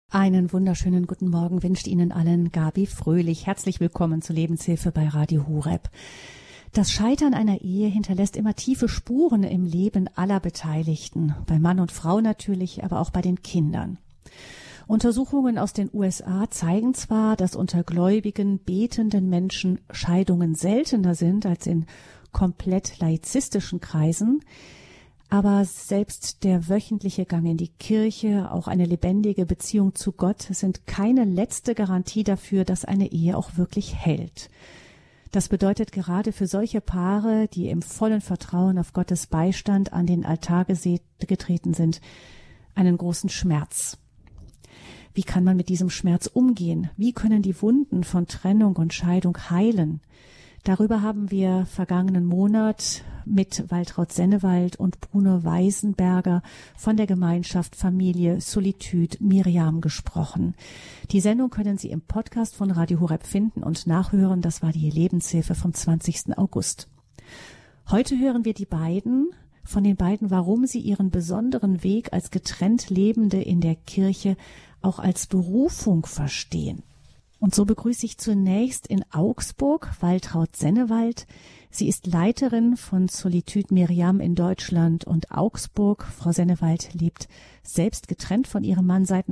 Einen wunderschönen guten Morgen wünscht Ihnen allen Gabi Fröhlich. Herzlich willkommen zur Lebenshilfe bei Radio Horeb. Das Scheitern einer Ehe hinterlässt immer tiefe Spuren im Leben aller Beteiligten, bei Mann und Frau natürlich, aber auch bei den Kindern. Untersuchungen aus den USA zeigen zwar, dass unter gläubigen, betenden Menschen Scheidungen seltener sind als in komplett laizistischen Kreisen, aber selbst der wöchentliche Gang in die Kirche, auch eine lebendige Beziehung zu Gott sind keine letzte Garantie dafür, dass eine Ehe auch wirklich hält. Das bedeutet gerade für solche Paare, die im vollen Vertrauen auf Gottes Beistand an den Altar getreten sind, einen großen Schmerz. Wie kann man mit diesem Schmerz umgehen? Wie können die Wunden von Trennung und Scheidung heilen? Darüber haben wir vergangenen Monat mit Waltraud Sennewald und Bruno Weisenberger von der Gemeinschaft Familie Solitude Miriam gesprochen. Die Sendung können Sie im Podcast von Radio Horeb finden und nachhören. Das war die Lebenshilfe vom 20. August. Heute hören wir von den beiden, warum sie ihren besonderen Weg als getrennt Lebende in der Kirche auch als Berufung verstehen. Und so begrüße ich zunächst in Augsburg Waltraud Sennewald. Sie ist Leiterin von Solitude Miriam in Deutschland und Augsburg. Frau Sennewald lebt selbst getrennt von ihrem Mann seit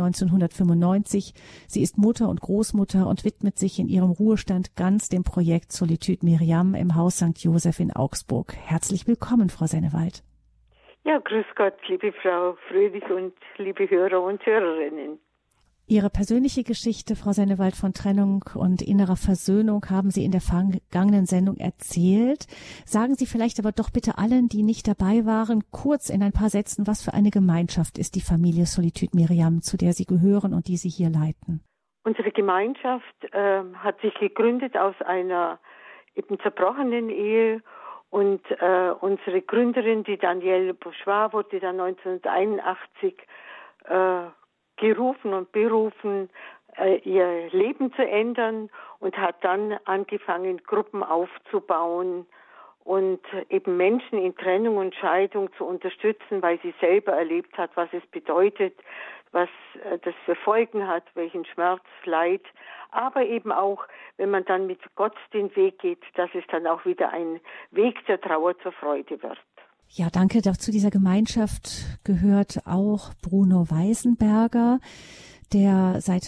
1995. Sie ist Mutter und Großmutter und widmet sich in ihrem Ruhestand ganz dem Projekt Solitude Miriam im Haus St. Joseph in Augsburg. Herzlich willkommen, Frau Sennewald. Ja, grüß Gott, liebe Frau Fröhlich und liebe Hörer und Hörerinnen. Ihre persönliche Geschichte, Frau Sennewald, von Trennung und innerer Versöhnung haben Sie in der vergangenen Sendung erzählt. Sagen Sie vielleicht aber doch bitte allen, die nicht dabei waren, kurz in ein paar Sätzen, was für eine Gemeinschaft ist die Familie Solitude Miriam, zu der Sie gehören und die Sie hier leiten? Unsere Gemeinschaft hat sich gegründet aus einer eben zerbrochenen Ehe und unsere Gründerin, die Danielle Bourgeois, wurde dann 1981 gerufen und berufen, ihr Leben zu ändern und hat dann angefangen, Gruppen aufzubauen und eben Menschen in Trennung und Scheidung zu unterstützen, weil sie selber erlebt hat, was es bedeutet, was das für Folgen hat, welchen Schmerz, Leid, aber eben auch, wenn man dann mit Gott den Weg geht, dass es dann auch wieder ein Weg der Trauer zur Freude wird. Ja, danke. Zu dieser Gemeinschaft gehört auch Bruno Weisenberger, der seit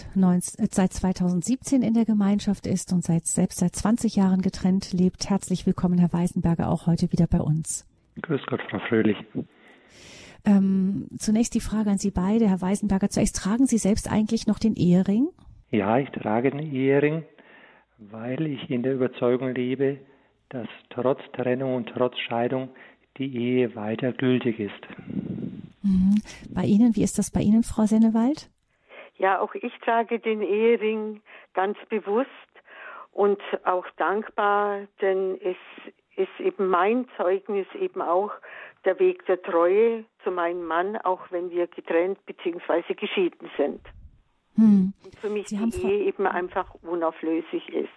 2017 in der Gemeinschaft ist und selbst seit 20 Jahren getrennt lebt. Herzlich willkommen, Herr Weisenberger, auch heute wieder bei uns. Grüß Gott, Frau Fröhlich. Zunächst die Frage an Sie beide, Herr Weisenberger. Zuerst, tragen Sie selbst eigentlich noch den Ehering? Ja, ich trage den Ehering, weil ich in der Überzeugung lebe, dass trotz Trennung und trotz Scheidung die Ehe weiter gültig ist. Bei Ihnen, wie ist das bei Ihnen, Frau Sennewald? Ja, auch ich trage den Ehering ganz bewusst und auch dankbar, denn es ist eben mein Zeugnis eben auch der Weg der Treue zu meinem Mann, auch wenn wir getrennt bzw. geschieden sind. Und für mich die Ehe eben einfach unauflöslich ist.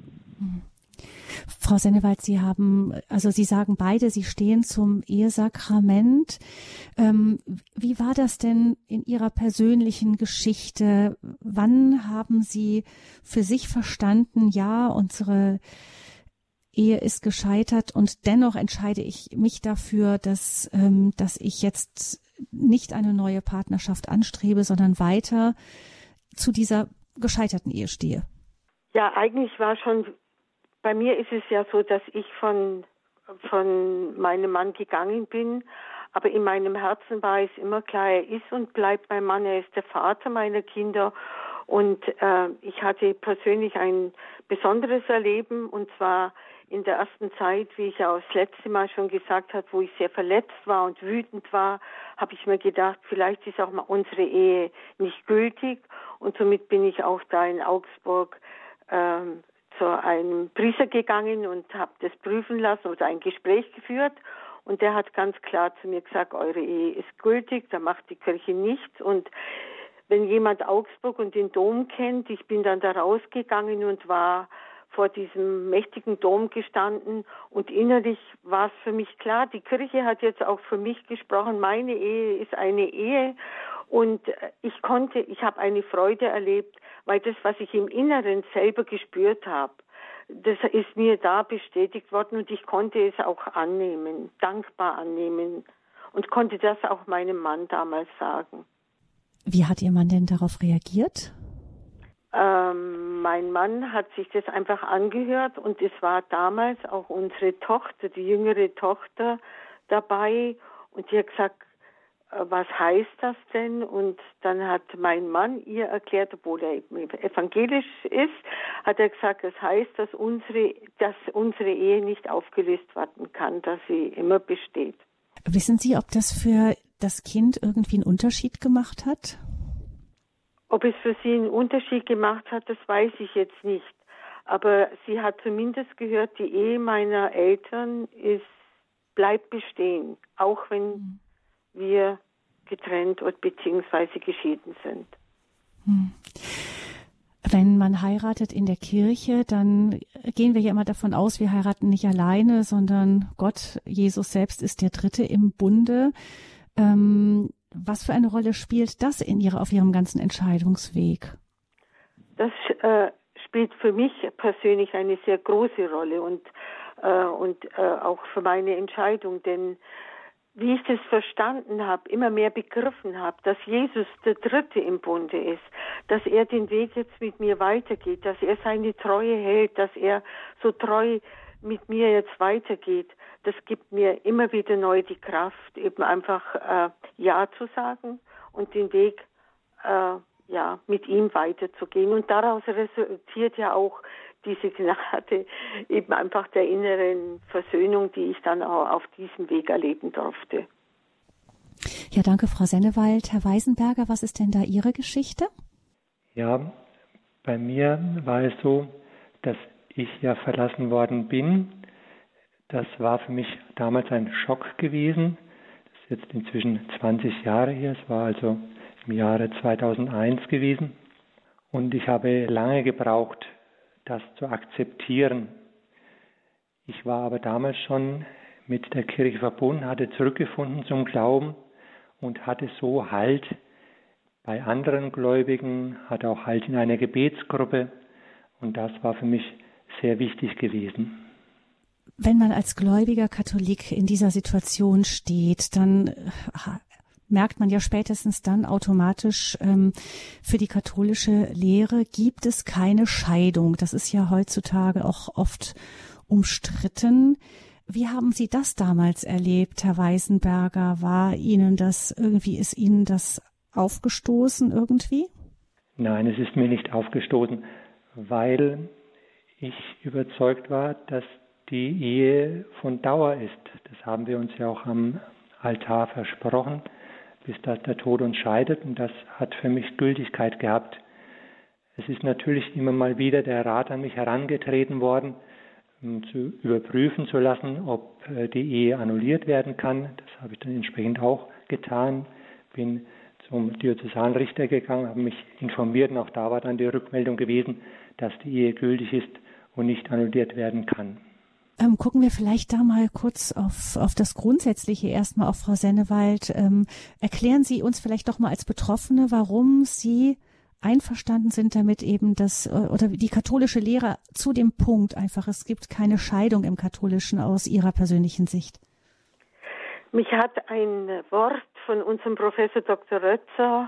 Frau Sennewald, Sie sagen beide, Sie stehen zum Ehesakrament. Wie war das denn in Ihrer persönlichen Geschichte? Wann haben Sie für sich verstanden, ja, unsere Ehe ist gescheitert und dennoch entscheide ich mich dafür, dass ich jetzt nicht eine neue Partnerschaft anstrebe, sondern weiter zu dieser gescheiterten Ehe stehe? Ja, eigentlich war schon, bei mir ist es ja so, dass ich von meinem Mann gegangen bin, aber in meinem Herzen war es immer klar, er ist und bleibt mein Mann, er ist der Vater meiner Kinder und ich hatte persönlich ein besonderes Erleben und zwar in der ersten Zeit, wie ich ja auch das letzte Mal schon gesagt habe, wo ich sehr verletzt war und wütend war, habe ich mir gedacht, vielleicht ist auch mal unsere Ehe nicht gültig und somit bin ich auch da in Augsburg zu einem Priester gegangen und habe das prüfen lassen oder ein Gespräch geführt und der hat ganz klar zu mir gesagt, eure Ehe ist gültig, da macht die Kirche nichts und wenn jemand Augsburg und den Dom kennt, ich bin dann da rausgegangen und war vor diesem mächtigen Dom gestanden und innerlich war es für mich klar, die Kirche hat jetzt auch für mich gesprochen, meine Ehe ist eine Ehe Und ich habe eine Freude erlebt, weil das, was ich im Inneren selber gespürt habe, das ist mir da bestätigt worden und ich konnte es auch annehmen, dankbar annehmen und konnte das auch meinem Mann damals sagen. Wie hat Ihr Mann denn darauf reagiert? Mein Mann hat sich das einfach angehört und es war damals auch unsere Tochter, die jüngere Tochter dabei und die hat gesagt, was heißt das denn? Und dann hat mein Mann ihr erklärt, obwohl er eben evangelisch ist, hat er gesagt, das heißt, dass unsere Ehe nicht aufgelöst werden kann, dass sie immer besteht. Wissen Sie, ob das für das Kind irgendwie einen Unterschied gemacht hat? Ob es für sie einen Unterschied gemacht hat, das weiß ich jetzt nicht. Aber sie hat zumindest gehört, die Ehe meiner Eltern bleibt bestehen, auch wenn wir getrennt bzw. geschieden sind. Wenn man heiratet in der Kirche, dann gehen wir ja immer davon aus, wir heiraten nicht alleine, sondern Gott, Jesus selbst ist der Dritte im Bunde. Was für eine Rolle spielt das auf Ihrem ganzen Entscheidungsweg? Das spielt für mich persönlich eine sehr große Rolle und auch für meine Entscheidung, denn wie ich das verstanden habe, immer mehr begriffen habe, dass Jesus der Dritte im Bunde ist, dass er den Weg jetzt mit mir weitergeht, dass er seine Treue hält, dass er so treu mit mir jetzt weitergeht, das gibt mir immer wieder neu die Kraft, eben einfach Ja zu sagen und den Weg mit ihm weiterzugehen. Und daraus resultiert ja auch diese Gnade eben einfach der inneren Versöhnung, die ich dann auch auf diesem Weg erleben durfte. Ja, danke, Frau Sennewald. Herr Weisenberger, was ist denn da Ihre Geschichte? Ja, bei mir war es so, dass ich ja verlassen worden bin. Das war für mich damals ein Schock gewesen. Das ist jetzt inzwischen 20 Jahre her. Es war also im Jahre 2001 gewesen. Und ich habe lange gebraucht, das zu akzeptieren. Ich war aber damals schon mit der Kirche verbunden, hatte zurückgefunden zum Glauben und hatte so Halt bei anderen Gläubigen, hatte auch Halt in einer Gebetsgruppe und das war für mich sehr wichtig gewesen. Wenn man als gläubiger Katholik in dieser Situation steht, dann merkt man ja spätestens dann automatisch, für die katholische Lehre gibt es keine Scheidung. Das ist ja heutzutage auch oft umstritten. Wie haben Sie das damals erlebt, Herr Weisenberger? Ist Ihnen das aufgestoßen irgendwie? Nein, es ist mir nicht aufgestoßen, weil ich überzeugt war, dass die Ehe von Dauer ist. Das haben wir uns ja auch am Altar versprochen, bis dass der Tod uns scheidet. Und das hat für mich Gültigkeit gehabt. Es ist natürlich immer mal wieder der Rat an mich herangetreten worden, zu überprüfen zu lassen, ob die Ehe annulliert werden kann. Das habe ich dann entsprechend auch getan. Bin zum Diözesanrichter gegangen, habe mich informiert und auch da war dann die Rückmeldung gewesen, dass die Ehe gültig ist und nicht annulliert werden kann. Gucken wir vielleicht da mal kurz auf das Grundsätzliche erstmal auf Frau Sennewald. Erklären Sie uns vielleicht doch mal als Betroffene, warum Sie einverstanden sind damit eben, oder die katholische Lehre zu dem Punkt einfach, es gibt keine Scheidung im Katholischen aus Ihrer persönlichen Sicht. Mich hat ein Wort von unserem Professor Dr. Rötzer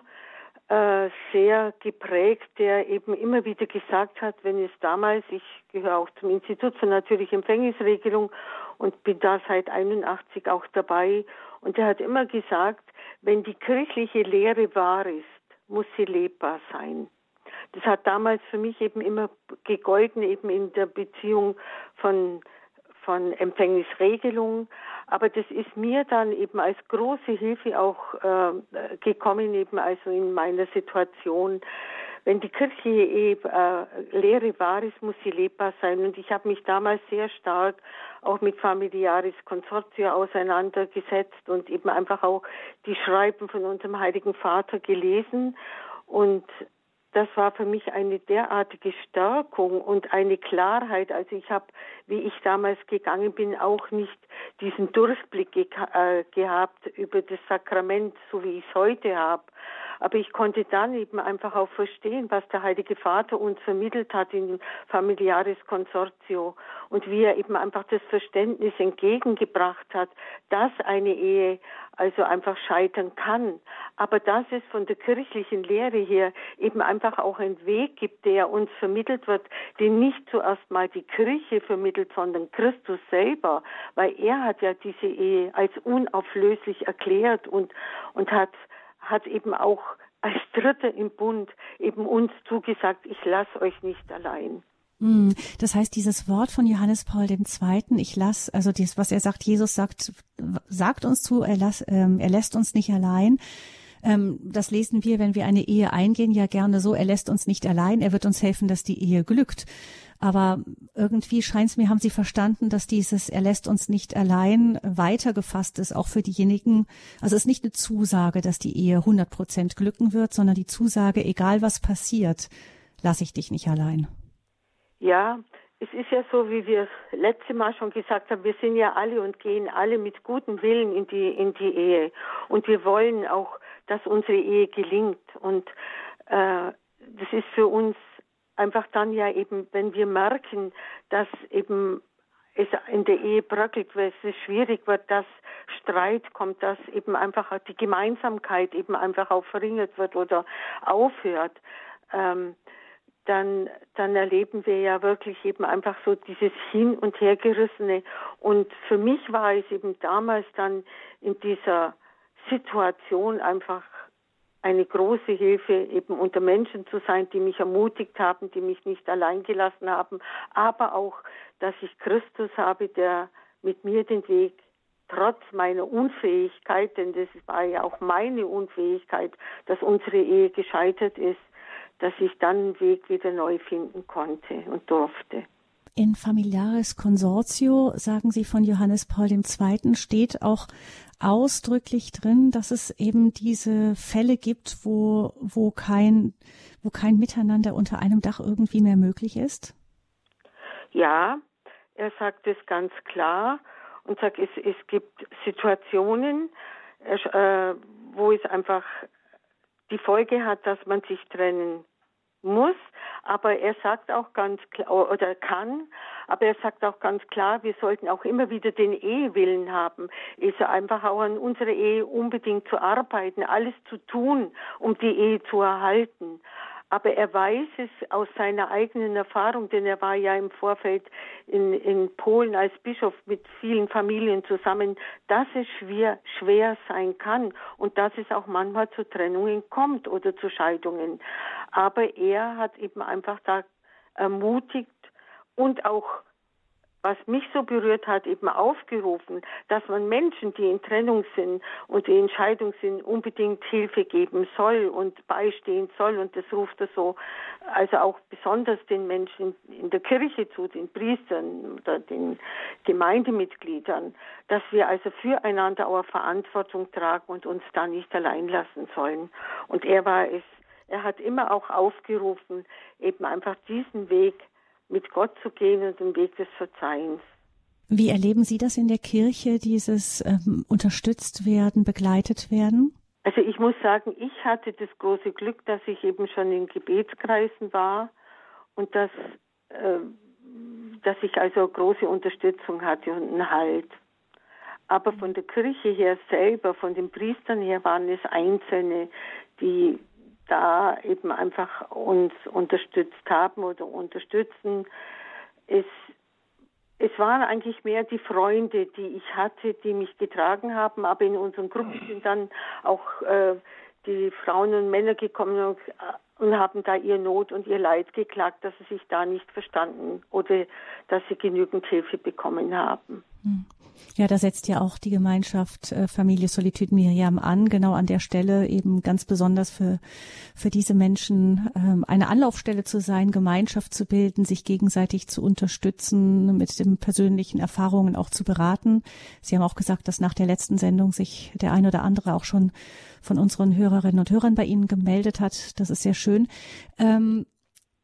sehr geprägt, der eben immer wieder gesagt hat, wenn es damals, ich gehöre auch zum Institut für natürliche Empfängnisregelung und bin da seit 81 auch dabei, und er hat immer gesagt, wenn die kirchliche Lehre wahr ist, muss sie lebbar sein. Das hat damals für mich eben immer gegolten, eben in der Beziehung von Empfängnisregelung, aber das ist mir dann eben als große Hilfe auch gekommen, eben also in meiner Situation. Wenn die kirchliche Lehre wahr ist, muss sie lebbar sein. Und ich habe mich damals sehr stark auch mit Familiaris Consortio auseinandergesetzt und eben einfach auch die Schreiben von unserem Heiligen Vater gelesen. Und das war für mich eine derartige Stärkung und eine Klarheit. Also ich habe, wie ich damals gegangen bin, auch nicht diesen Durchblick gehabt über das Sakrament, so wie ich es heute habe. Aber ich konnte dann eben einfach auch verstehen, was der Heilige Vater uns vermittelt hat in Familiaris Consortio und wie er eben einfach das Verständnis entgegengebracht hat, dass eine Ehe also einfach scheitern kann. Aber dass es von der kirchlichen Lehre her eben einfach auch einen Weg gibt, der uns vermittelt wird, den nicht zuerst mal die Kirche vermittelt, sondern Christus selber, weil er hat ja diese Ehe als unauflöslich erklärt und hat eben auch als Dritter im Bund eben uns zugesagt, ich lasse euch nicht allein. Das heißt, dieses Wort von Johannes Paul II., ich lasse, also das, was er sagt, Jesus sagt uns zu, er lässt uns nicht allein. Das lesen wir, wenn wir eine Ehe eingehen, ja gerne so, er lässt uns nicht allein, er wird uns helfen, dass die Ehe glückt. Aber irgendwie scheint es mir, haben Sie verstanden, dass dieses er lässt uns nicht allein weitergefasst ist, auch für diejenigen, also es ist nicht eine Zusage, dass die Ehe 100% glücken wird, sondern die Zusage, egal was passiert, lasse ich dich nicht allein. Ja, es ist ja so, wie wir das letzte Mal schon gesagt haben, wir sind ja alle und gehen alle mit gutem Willen in die Ehe. Und wir wollen auch, dass unsere Ehe gelingt. Und das ist für uns einfach dann ja eben, wenn wir merken, dass eben es in der Ehe bröckelt, weil es schwierig wird, dass Streit kommt, dass eben einfach die Gemeinsamkeit eben einfach auch verringert wird oder aufhört, dann erleben wir ja wirklich eben einfach so dieses Hin- und Hergerissene. Und für mich war es eben damals dann in dieser Situation einfach eine große Hilfe, eben unter Menschen zu sein, die mich ermutigt haben, die mich nicht allein gelassen haben, aber auch, dass ich Christus habe, der mit mir den Weg trotz meiner Unfähigkeit, denn das war ja auch meine Unfähigkeit, dass unsere Ehe gescheitert ist, dass ich dann einen Weg wieder neu finden konnte und durfte. In Familiaris Consortio, sagen Sie von Johannes Paul II., steht auch ausdrücklich drin, dass es eben diese Fälle gibt, wo kein Miteinander unter einem Dach irgendwie mehr möglich ist? Ja, er sagt es ganz klar und sagt, es gibt Situationen, wo es einfach die Folge hat, dass man sich trennen muss, aber er sagt auch ganz klar, oder kann, aber er sagt auch ganz klar, wir sollten auch immer wieder den Ehewillen haben, ist einfach auch an unserer Ehe unbedingt zu arbeiten, alles zu tun, um die Ehe zu erhalten. Aber er weiß es aus seiner eigenen Erfahrung, denn er war ja im Vorfeld in Polen als Bischof mit vielen Familien zusammen, dass es schwer sein kann und dass es auch manchmal zu Trennungen kommt oder zu Scheidungen. Aber er hat eben einfach da ermutigt und auch, was mich so berührt hat, eben aufgerufen, dass man Menschen, die in Trennung sind und die in Scheidung sind, unbedingt Hilfe geben soll und beistehen soll. Und das ruft er so, also auch besonders den Menschen in der Kirche zu, den Priestern oder den Gemeindemitgliedern, dass wir also füreinander auch Verantwortung tragen und uns da nicht allein lassen sollen. Und er hat immer auch aufgerufen, eben einfach diesen Weg mit Gott zu gehen und den Weg des Verzeihens. Wie erleben Sie das in der Kirche, dieses unterstützt werden, begleitet werden? Also ich muss sagen, ich hatte das große Glück, dass ich eben schon in Gebetskreisen war und dass ich also große Unterstützung hatte und einen Halt. Aber von der Kirche her selber, von den Priestern her waren es Einzelne, die da eben einfach uns unterstützt haben oder unterstützen. Es waren eigentlich mehr die Freunde, die ich hatte, die mich getragen haben, aber in unseren Gruppen sind dann auch die Frauen und Männer gekommen und haben da ihr Not und ihr Leid geklagt, dass sie sich da nicht verstanden oder dass sie genügend Hilfe bekommen haben. Ja, da setzt ja auch die Gemeinschaft Familie Solitude Miriam an, genau an der Stelle eben ganz besonders für diese Menschen eine Anlaufstelle zu sein, Gemeinschaft zu bilden, sich gegenseitig zu unterstützen, mit den persönlichen Erfahrungen auch zu beraten. Sie haben auch gesagt, dass nach der letzten Sendung sich der ein oder andere auch schon von unseren Hörerinnen und Hörern bei Ihnen gemeldet hat. Das ist sehr schön.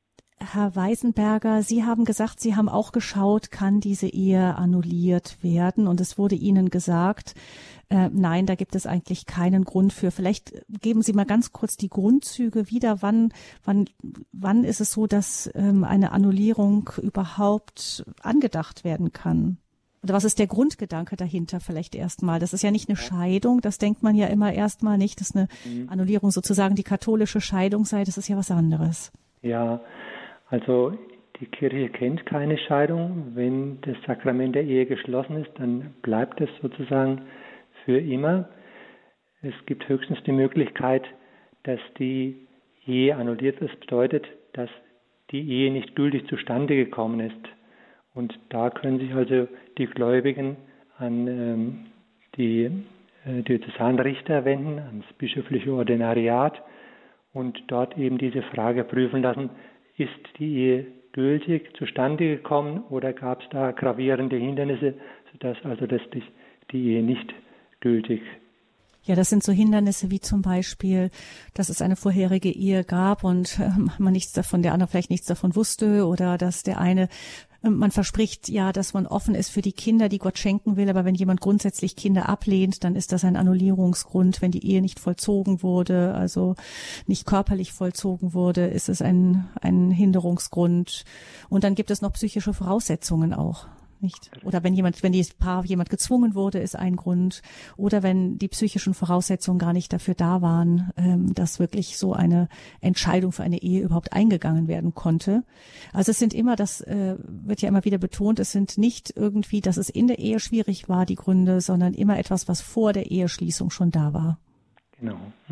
Herr Weisenberger, Sie haben gesagt, Sie haben auch geschaut, kann diese Ehe annulliert werden? Und es wurde Ihnen gesagt, nein, da gibt es eigentlich keinen Grund für. Vielleicht geben Sie mal ganz kurz die Grundzüge wieder. Wann ist es so, dass eine Annullierung überhaupt angedacht werden kann? Oder was ist der Grundgedanke dahinter vielleicht erstmal? Das ist ja nicht eine Scheidung, das denkt man ja immer erstmal nicht, dass eine Annullierung sozusagen die katholische Scheidung sei, das ist ja was anderes. Ja, also die Kirche kennt keine Scheidung. Wenn das Sakrament der Ehe geschlossen ist, dann bleibt es sozusagen für immer. Es gibt höchstens die Möglichkeit, dass die Ehe annulliert wird. Das bedeutet, dass die Ehe nicht gültig zustande gekommen ist. Und da können sich also die Gläubigen an die Diözesanrichter wenden, ans bischöfliche Ordinariat und dort eben diese Frage prüfen lassen, ist die Ehe gültig zustande gekommen oder gab es da gravierende Hindernisse, sodass also letztlich die Ehe nicht gültig. Ja, das sind so Hindernisse wie zum Beispiel, dass es eine vorherige Ehe gab und man nichts davon, der andere vielleicht nichts davon wusste oder dass der eine, man verspricht ja, dass man offen ist für die Kinder, die Gott schenken will, aber wenn jemand grundsätzlich Kinder ablehnt, dann ist das ein Annullierungsgrund. Wenn die Ehe nicht vollzogen wurde, also nicht körperlich vollzogen wurde, ist es ein Hinderungsgrund. Und dann gibt es noch psychische Voraussetzungen auch. Nicht? Oder wenn jemand gezwungen wurde, ist ein Grund. Oder wenn die psychischen Voraussetzungen gar nicht dafür da waren, dass wirklich so eine Entscheidung für eine Ehe überhaupt eingegangen werden konnte. Also es sind immer, das wird ja immer wieder betont, es sind nicht irgendwie, dass es in der Ehe schwierig war, die Gründe, sondern immer etwas, was vor der Eheschließung schon da war. Genau.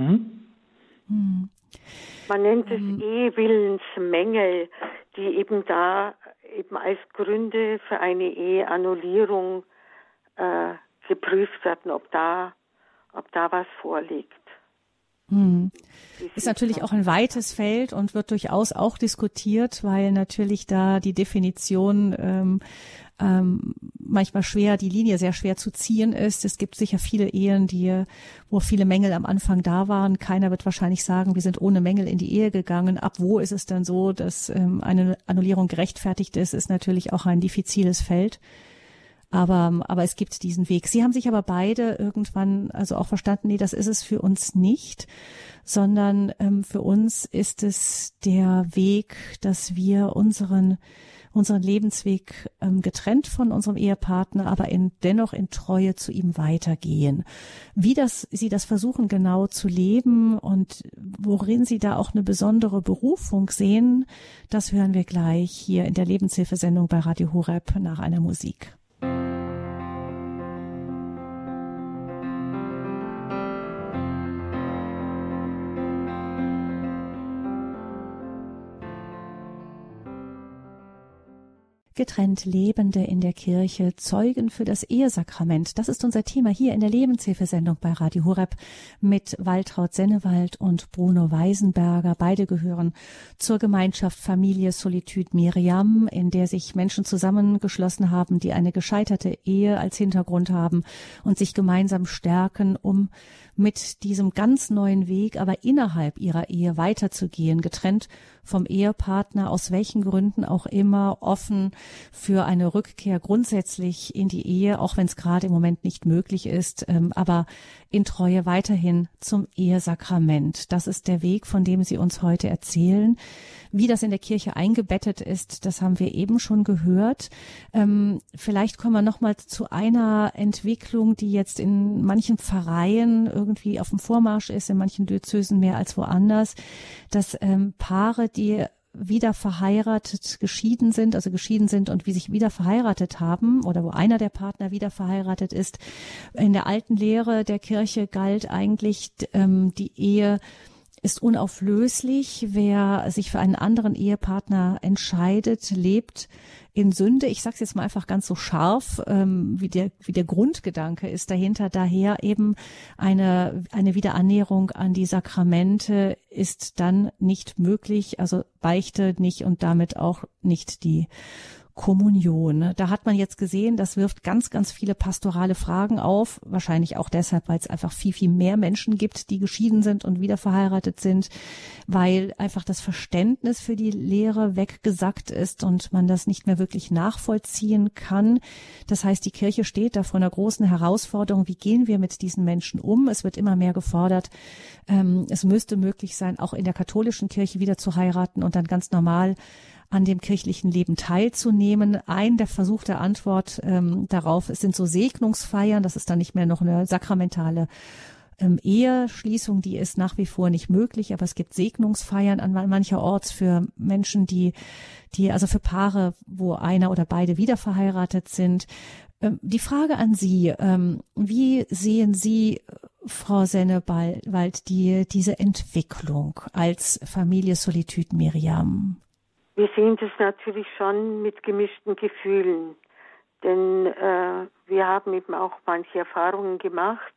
Man nennt es Ehewillensmängel, die eben als Gründe für eine Eheannullierung geprüft werden, ob da was vorliegt. Ist natürlich auch ein weites Feld und wird durchaus auch diskutiert, weil natürlich da die Definition manchmal die Linie sehr schwer zu ziehen ist. Es gibt sicher viele Ehen, wo viele Mängel am Anfang da waren. Keiner wird wahrscheinlich sagen, wir sind ohne Mängel in die Ehe gegangen. Ab wo ist es dann so, dass eine Annullierung gerechtfertigt ist natürlich auch ein diffiziles Feld. Aber es gibt diesen Weg. Sie haben sich aber beide irgendwann also auch verstanden, nee, das ist es für uns nicht, sondern für uns ist es der Weg, dass wir unseren Lebensweg getrennt von unserem Ehepartner, aber dennoch in Treue zu ihm weitergehen. Wie Sie das versuchen genau zu leben und worin Sie da auch eine besondere Berufung sehen, das hören wir gleich hier in der Lebenshilfesendung bei Radio Horeb nach einer Musik. Getrennt Lebende in der Kirche, Zeugen für das Ehesakrament. Das ist unser Thema hier in der Lebenshilfesendung bei Radio Horeb mit Waltraud Sennewald und Bruno Weisenberger. Beide gehören zur Gemeinschaft Familie Solitude Miriam, in der sich Menschen zusammengeschlossen haben, die eine gescheiterte Ehe als Hintergrund haben und sich gemeinsam stärken, um mit diesem ganz neuen Weg, aber innerhalb ihrer Ehe weiterzugehen, getrennt vom Ehepartner, aus welchen Gründen auch immer, offen für eine Rückkehr grundsätzlich in die Ehe, auch wenn es gerade im Moment nicht möglich ist, aber in Treue weiterhin zum Ehesakrament. Das ist der Weg, von dem Sie uns heute erzählen. Wie das in der Kirche eingebettet ist, das haben wir eben schon gehört. Vielleicht kommen wir noch mal zu einer Entwicklung, die jetzt in manchen Pfarreien irgendwie auf dem Vormarsch ist, in manchen Diözesen mehr als woanders, dass Paare, die wieder verheiratet, geschieden sind und wie sich wieder verheiratet haben oder wo einer der Partner wieder verheiratet ist. In der alten Lehre der Kirche galt eigentlich, die Ehe ist unauflöslich. Wer sich für einen anderen Ehepartner entscheidet, lebt in Sünde. Ich sage es jetzt mal einfach ganz so scharf, wie der Grundgedanke ist dahinter. Daher eben eine Wiederannäherung an die Sakramente ist dann nicht möglich, also Beichte nicht und damit auch nicht die Kommunion. Da hat man jetzt gesehen, das wirft ganz, ganz viele pastorale Fragen auf. Wahrscheinlich auch deshalb, weil es einfach viel, viel mehr Menschen gibt, die geschieden sind und wieder verheiratet sind, weil einfach das Verständnis für die Lehre weggesackt ist und man das nicht mehr wirklich nachvollziehen kann. Das heißt, die Kirche steht da vor einer großen Herausforderung. Wie gehen wir mit diesen Menschen um? Es wird immer mehr gefordert. Es müsste möglich sein, auch in der katholischen Kirche wieder zu heiraten und dann ganz normal an dem kirchlichen Leben teilzunehmen. Ein der Versuch der Antwort darauf, es sind so Segnungsfeiern, das ist dann nicht mehr noch eine sakramentale Eheschließung, die ist nach wie vor nicht möglich, aber es gibt Segnungsfeiern an mancherorts für Menschen, die also für Paare, wo einer oder beide wieder verheiratet sind. Die Frage an Sie, wie sehen Sie, Frau Sennewald, diese Entwicklung als Familie Solitude Miriam? Wir sehen das natürlich schon mit gemischten Gefühlen, denn wir haben eben auch manche Erfahrungen gemacht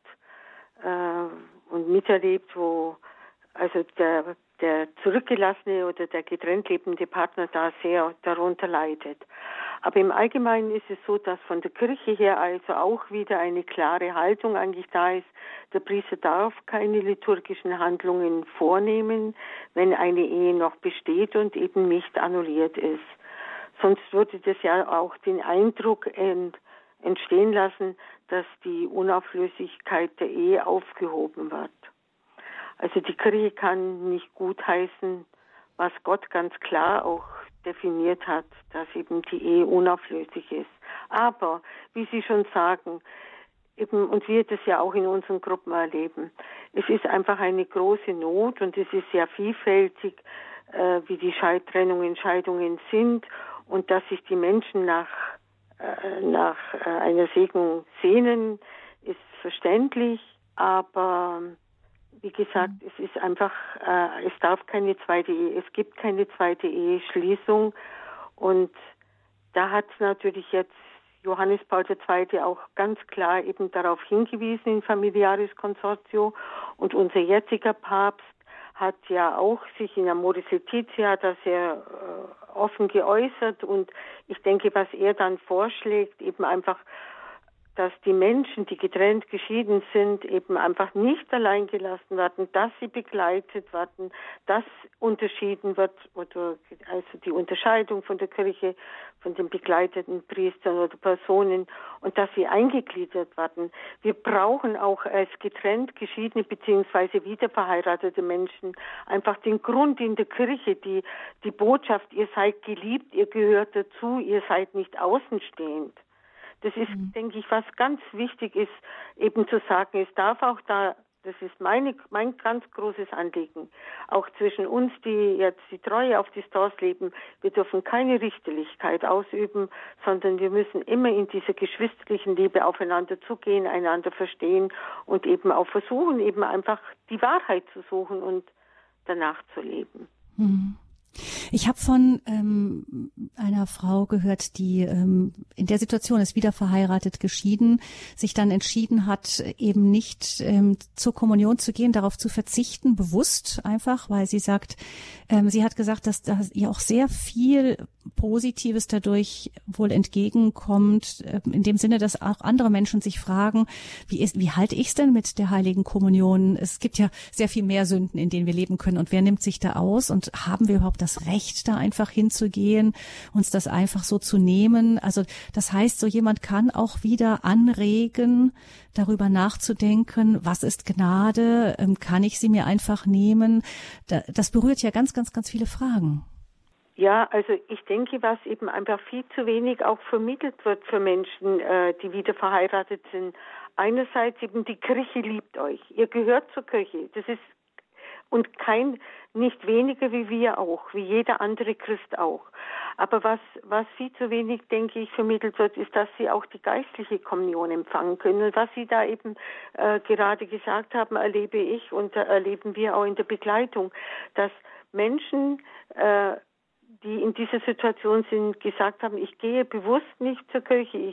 und miterlebt, wo also der zurückgelassene oder der getrennt lebende Partner da sehr darunter leidet. Aber im Allgemeinen ist es so, dass von der Kirche her also auch wieder eine klare Haltung eigentlich da ist. Der Priester darf keine liturgischen Handlungen vornehmen, wenn eine Ehe noch besteht und eben nicht annulliert ist. Sonst würde das ja auch den Eindruck entstehen lassen, dass die Unauflöslichkeit der Ehe aufgehoben wird. Also die Kirche kann nicht gutheißen, was Gott ganz klar auch definiert hat, dass eben die Ehe unauflöslich ist. Aber, wie Sie schon sagen, eben, und wir das ja auch in unseren Gruppen erleben, es ist einfach eine große Not und es ist sehr vielfältig, wie die Scheidungen sind und dass sich die Menschen nach einer Segnung sehnen, ist verständlich, aber wie gesagt, es ist einfach, es gibt keine zweite Eheschließung und da hat natürlich jetzt Johannes Paul II. Auch ganz klar eben darauf hingewiesen in Familiaris Consortio und unser jetziger Papst hat ja auch sich in Amoris Laetitia da sehr offen geäußert und ich denke, was er dann vorschlägt, eben einfach, dass die Menschen, die getrennt geschieden sind, eben einfach nicht allein gelassen werden, dass sie begleitet werden, dass unterschieden wird, oder also die Unterscheidung von der Kirche, von den begleiteten Priestern oder Personen und dass sie eingegliedert werden. Wir brauchen auch als getrennt geschiedene bzw. wiederverheiratete Menschen einfach den Grund in der Kirche, die Botschaft, ihr seid geliebt, ihr gehört dazu, ihr seid nicht außenstehend. Das ist, denke ich, was ganz wichtig ist, eben zu sagen, es darf auch da, das ist mein ganz großes Anliegen, auch zwischen uns, die jetzt die Treue auf die Stars leben, wir dürfen keine Richterlichkeit ausüben, sondern wir müssen immer in dieser geschwisterlichen Liebe aufeinander zugehen, einander verstehen und eben auch versuchen, eben einfach die Wahrheit zu suchen und danach zu leben. Ich habe von einer Frau gehört, die in der Situation ist, wieder verheiratet, geschieden, sich dann entschieden hat, eben nicht zur Kommunion zu gehen, darauf zu verzichten, bewusst einfach, weil sie sagt, sie hat gesagt, dass da ihr auch sehr viel Positives dadurch wohl entgegenkommt, in dem Sinne, dass auch andere Menschen sich fragen, wie halte ich es denn mit der Heiligen Kommunion? Es gibt ja sehr viel mehr Sünden, in denen wir leben können und wer nimmt sich da aus und haben wir überhaupt das Recht, da einfach hinzugehen, uns das einfach so zu nehmen? Also das heißt, so jemand kann auch wieder anregen, darüber nachzudenken, was ist Gnade, kann ich sie mir einfach nehmen? Das berührt ja ganz, ganz, ganz viele Fragen. Ja, also ich denke, was eben einfach viel zu wenig auch vermittelt wird für Menschen, die wieder verheiratet sind. Einerseits eben die Kirche liebt euch. Ihr gehört zur Kirche. Das ist und nicht weniger wie wir auch, wie jeder andere Christ auch. Aber was viel zu wenig, denke ich, vermittelt wird, ist, dass sie auch die geistliche Kommunion empfangen können. Und was Sie da eben gerade gesagt haben, erlebe ich und erleben wir auch in der Begleitung, dass Menschen, die in dieser Situation sind, gesagt haben, ich gehe bewusst nicht zur Kirche,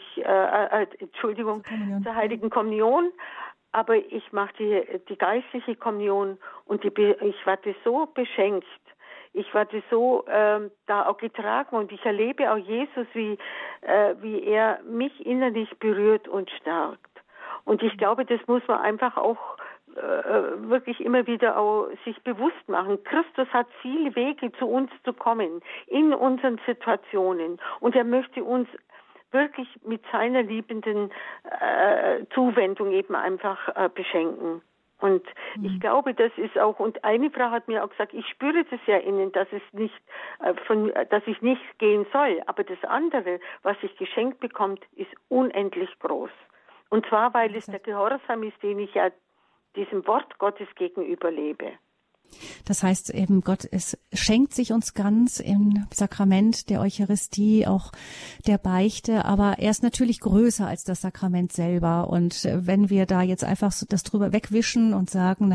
zur Heiligen Kommunion, aber ich mache die geistliche Kommunion und ich werde so beschenkt. ich werde so da auch getragen und ich erlebe auch Jesus, wie er mich innerlich berührt und stärkt. Und ich glaube, das muss man einfach auch wirklich immer wieder auch sich bewusst machen. Christus hat viele Wege, zu uns zu kommen, in unseren Situationen. Und er möchte uns wirklich mit seiner liebenden Zuwendung eben einfach beschenken. Und ich glaube, das ist auch, und eine Frau hat mir auch gesagt, ich spüre das ja innen, dass es nicht dass ich nicht gehen soll. Aber das andere, was ich geschenkt bekommt, ist unendlich groß. Und zwar, weil es der Gehorsam ist, den ich ja diesem Wort Gottes gegenüber lebe. Das heißt eben, Gott schenkt sich uns ganz im Sakrament der Eucharistie, auch der Beichte, aber er ist natürlich größer als das Sakrament selber. Und wenn wir da jetzt einfach das drüber wegwischen und sagen,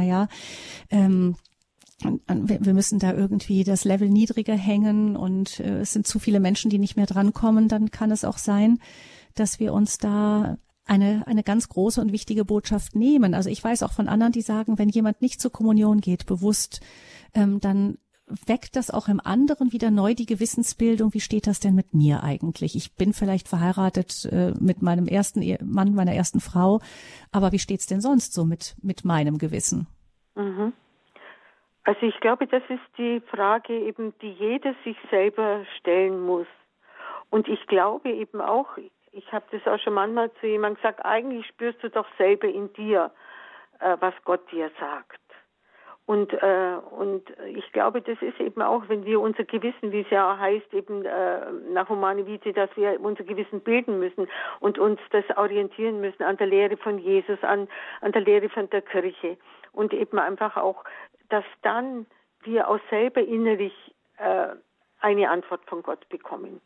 wir müssen da irgendwie das Level niedriger hängen und es sind zu viele Menschen, die nicht mehr drankommen, dann kann es auch sein, dass wir uns da eine ganz große und wichtige Botschaft nehmen. Also ich weiß auch von anderen, die sagen, wenn jemand nicht zur Kommunion geht, bewusst, dann weckt das auch im anderen wieder neu die Gewissensbildung. Wie steht das denn mit mir eigentlich? Ich bin vielleicht verheiratet mit meinem ersten Mann, meiner ersten Frau, aber wie steht's denn sonst so mit meinem Gewissen? Mhm. Also ich glaube, das ist die Frage eben, die jeder sich selber stellen muss. Und ich glaube eben auch, ich habe das auch schon manchmal zu jemandem gesagt, eigentlich spürst du doch selber in dir, was Gott dir sagt. Und ich glaube, das ist eben auch, wenn wir unser Gewissen, wie es ja auch heißt, eben nach Humane Vitae, dass wir unser Gewissen bilden müssen und uns das orientieren müssen an der Lehre von Jesus, an der Lehre von der Kirche. Und eben einfach auch, dass dann wir auch selber innerlich eine Antwort von Gott bekommen.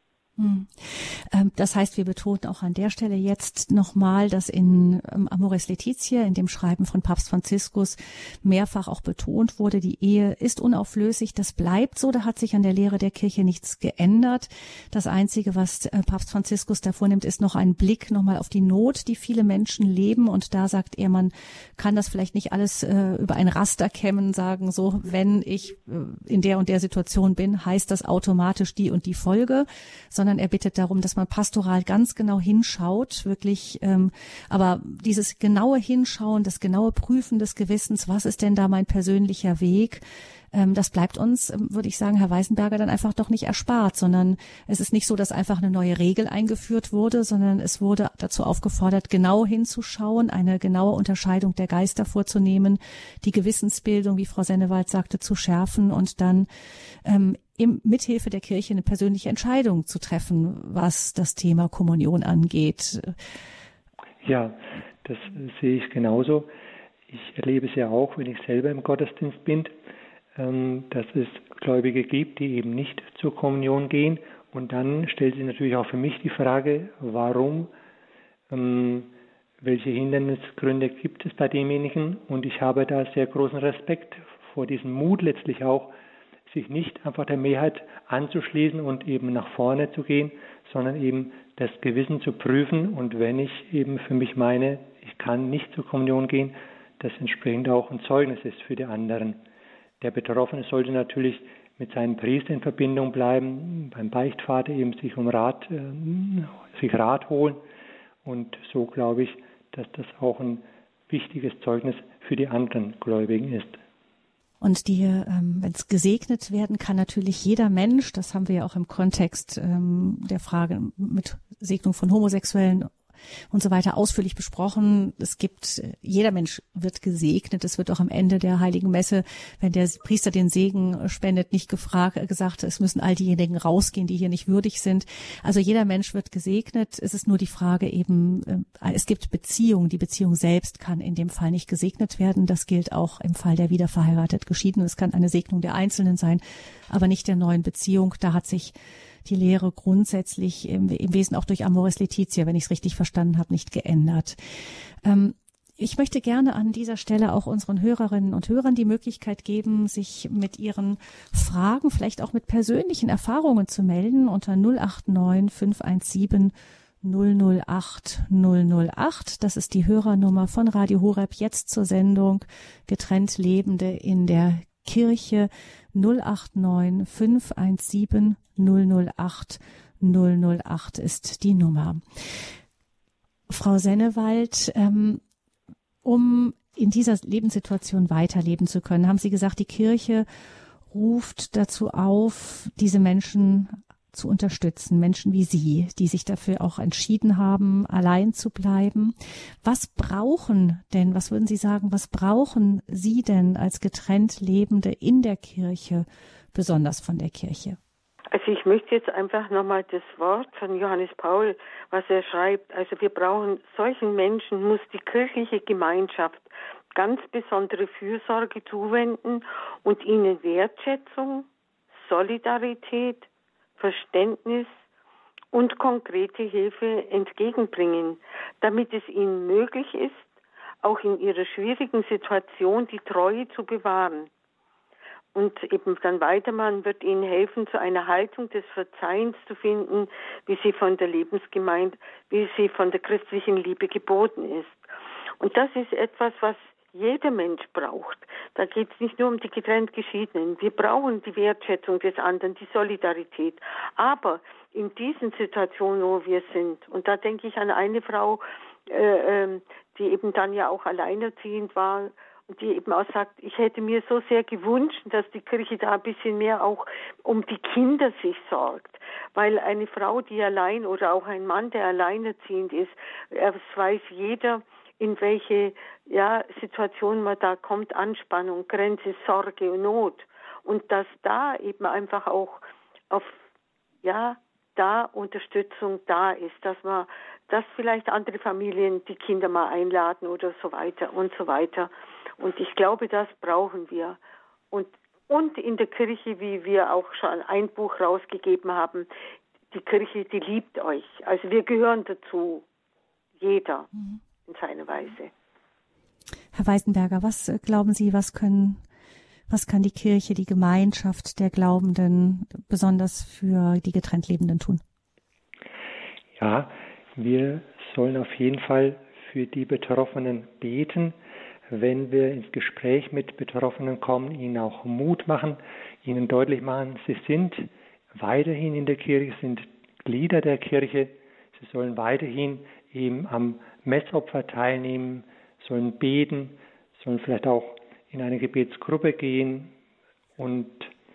Das heißt, wir betonen auch an der Stelle jetzt nochmal, dass in Amoris Laetitia, in dem Schreiben von Papst Franziskus, mehrfach auch betont wurde, die Ehe ist unauflöslich, das bleibt so, da hat sich an der Lehre der Kirche nichts geändert. Das Einzige, was Papst Franziskus da vornimmt, ist noch ein Blick nochmal auf die Not, die viele Menschen leben, und da sagt er, man kann das vielleicht nicht alles über ein Raster kämmen, sagen so, wenn ich in der und der Situation bin, heißt das automatisch die und die Folge, sondern er bittet darum, dass man pastoral ganz genau hinschaut, wirklich, aber dieses genaue Hinschauen, das genaue Prüfen des Gewissens, was ist denn da mein persönlicher Weg, das bleibt uns, würde ich sagen, Herr Weisenberger, dann einfach doch nicht erspart, sondern es ist nicht so, dass einfach eine neue Regel eingeführt wurde, sondern es wurde dazu aufgefordert, genau hinzuschauen, eine genaue Unterscheidung der Geister vorzunehmen, die Gewissensbildung, wie Frau Sennewald sagte, zu schärfen und dann mithilfe der Kirche eine persönliche Entscheidung zu treffen, was das Thema Kommunion angeht. Ja, das sehe ich genauso. Ich erlebe es ja auch, wenn ich selber im Gottesdienst bin, dass es Gläubige gibt, die eben nicht zur Kommunion gehen. Und dann stellt sich natürlich auch für mich die Frage, warum, welche Hindernisgründe gibt es bei demjenigen? Und ich habe da sehr großen Respekt vor diesem Mut letztlich auch, sich nicht einfach der Mehrheit anzuschließen und eben nach vorne zu gehen, sondern eben das Gewissen zu prüfen. Und wenn ich eben für mich meine, ich kann nicht zur Kommunion gehen, das entsprechend auch ein Zeugnis ist für die anderen. Der Betroffene sollte natürlich mit seinem Priester in Verbindung bleiben, beim Beichtvater eben sich Rat holen. Und so glaube ich, dass das auch ein wichtiges Zeugnis für die anderen Gläubigen ist. Und wenn es gesegnet werden kann, natürlich jeder Mensch, das haben wir ja auch im Kontext der Frage mit Segnung von Homosexuellen und so weiter ausführlich besprochen. Jeder Mensch wird gesegnet. Es wird auch am Ende der Heiligen Messe, wenn der Priester den Segen spendet, nicht gesagt, es müssen all diejenigen rausgehen, die hier nicht würdig sind. Also jeder Mensch wird gesegnet. Es ist nur die Frage eben, es gibt Beziehungen. Die Beziehung selbst kann in dem Fall nicht gesegnet werden. Das gilt auch im Fall der wiederverheiratet Geschiedenen. Es kann eine Segnung der Einzelnen sein, aber nicht der neuen Beziehung. Da hat sich die Lehre grundsätzlich im Wesen auch durch Amoris Laetitia, wenn ich es richtig verstanden habe, nicht geändert. Ich möchte gerne an dieser Stelle auch unseren Hörerinnen und Hörern die Möglichkeit geben, sich mit ihren Fragen, vielleicht auch mit persönlichen Erfahrungen zu melden unter 089 517 008 008. Das ist die Hörernummer von Radio Horeb jetzt zur Sendung Getrennt Lebende in der Kirche 089 517 008 008 ist die Nummer. Frau Sennewald, um in dieser Lebenssituation weiterleben zu können, haben Sie gesagt, die Kirche ruft dazu auf, diese Menschen zu unterstützen, Menschen wie Sie, die sich dafür auch entschieden haben, allein zu bleiben. Was würden Sie sagen, was brauchen Sie denn als getrennt Lebende in der Kirche, besonders von der Kirche? Also ich möchte jetzt einfach nochmal das Wort von Johannes Paul, was er schreibt. Also wir brauchen solchen Menschen, muss die kirchliche Gemeinschaft ganz besondere Fürsorge zuwenden und ihnen Wertschätzung, Solidarität, Verständnis und konkrete Hilfe entgegenbringen, damit es ihnen möglich ist, auch in ihrer schwierigen Situation die Treue zu bewahren. Und eben dann weiter, man wird ihnen helfen, zu einer Haltung des Verzeihens zu finden, wie sie von der Lebensgemeinde, wie sie von der christlichen Liebe geboten ist. Und das ist etwas, was jeder Mensch braucht. Da geht es nicht nur um die getrennt Geschiedenen. Wir brauchen die Wertschätzung des anderen, die Solidarität. Aber in diesen Situationen, wo wir sind, und da denke ich an eine Frau, die eben dann ja auch alleinerziehend war, und die eben auch sagt, ich hätte mir so sehr gewünscht, dass die Kirche da ein bisschen mehr auch um die Kinder sich sorgt. Weil eine Frau, die allein oder auch ein Mann, der alleinerziehend ist, es weiß jeder, in welche Situation man da kommt, Anspannung, Grenze, Sorge und Not. Und dass da eben einfach auch da Unterstützung da ist, dass vielleicht andere Familien die Kinder mal einladen oder so weiter und so weiter. Und ich glaube, das brauchen wir. Und in der Kirche, wie wir auch schon ein Buch rausgegeben haben, die Kirche, die liebt euch. Also wir gehören dazu, jeder in seiner Weise. Herr Weisenberger, was glauben Sie, was kann die Kirche, die Gemeinschaft der Glaubenden besonders für die getrennt Lebenden tun? Ja, wir sollen auf jeden Fall für die Betroffenen beten. Wenn wir ins Gespräch mit Betroffenen kommen, ihnen auch Mut machen, ihnen deutlich machen, sie sind weiterhin in der Kirche, sind Glieder der Kirche, sie sollen weiterhin eben am Messopfer teilnehmen, sollen beten, sollen vielleicht auch in eine Gebetsgruppe gehen und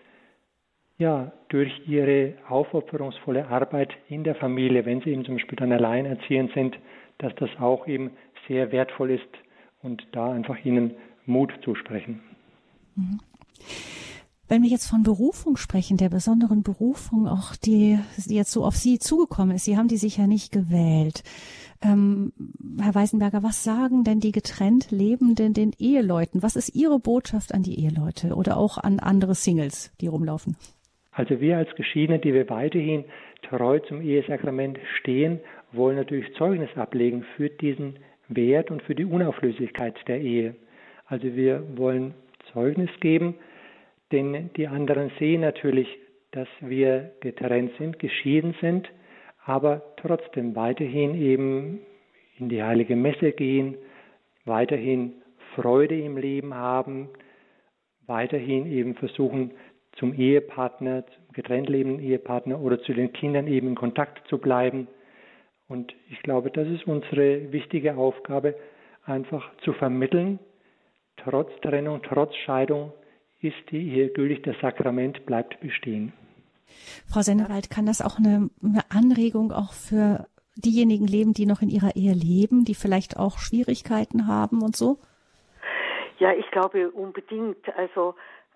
durch ihre aufopferungsvolle Arbeit in der Familie, wenn sie eben zum Beispiel dann alleinerziehend sind, dass das auch eben sehr wertvoll ist und da einfach ihnen Mut zusprechen. Wenn wir jetzt von Berufung sprechen, der besonderen Berufung, auch die jetzt so auf Sie zugekommen ist, Sie haben die sicher nicht gewählt. Herr Weisenberger, was sagen denn die getrennt Lebenden den Eheleuten? Was ist Ihre Botschaft an die Eheleute oder auch an andere Singles, die rumlaufen? Also wir als Geschiedene, die wir weiterhin treu zum Ehesakrament stehen, wollen natürlich Zeugnis ablegen für diesen Wert und für die Unauflöslichkeit der Ehe. Also wir wollen Zeugnis geben, denn die anderen sehen natürlich, dass wir getrennt sind, geschieden sind, aber trotzdem weiterhin eben in die heilige Messe gehen, weiterhin Freude im Leben haben, weiterhin eben versuchen, zum Ehepartner, zum getrennt lebenden Ehepartner oder zu den Kindern eben in Kontakt zu bleiben. Und ich glaube, das ist unsere wichtige Aufgabe, einfach zu vermitteln, trotz Trennung, trotz Scheidung ist die Ehe gültig, das Sakrament bleibt bestehen. Frau Sennewald, kann das auch eine Anregung auch für diejenigen geben, die noch in ihrer Ehe leben, die vielleicht auch Schwierigkeiten haben und so? Ja, ich glaube unbedingt. Also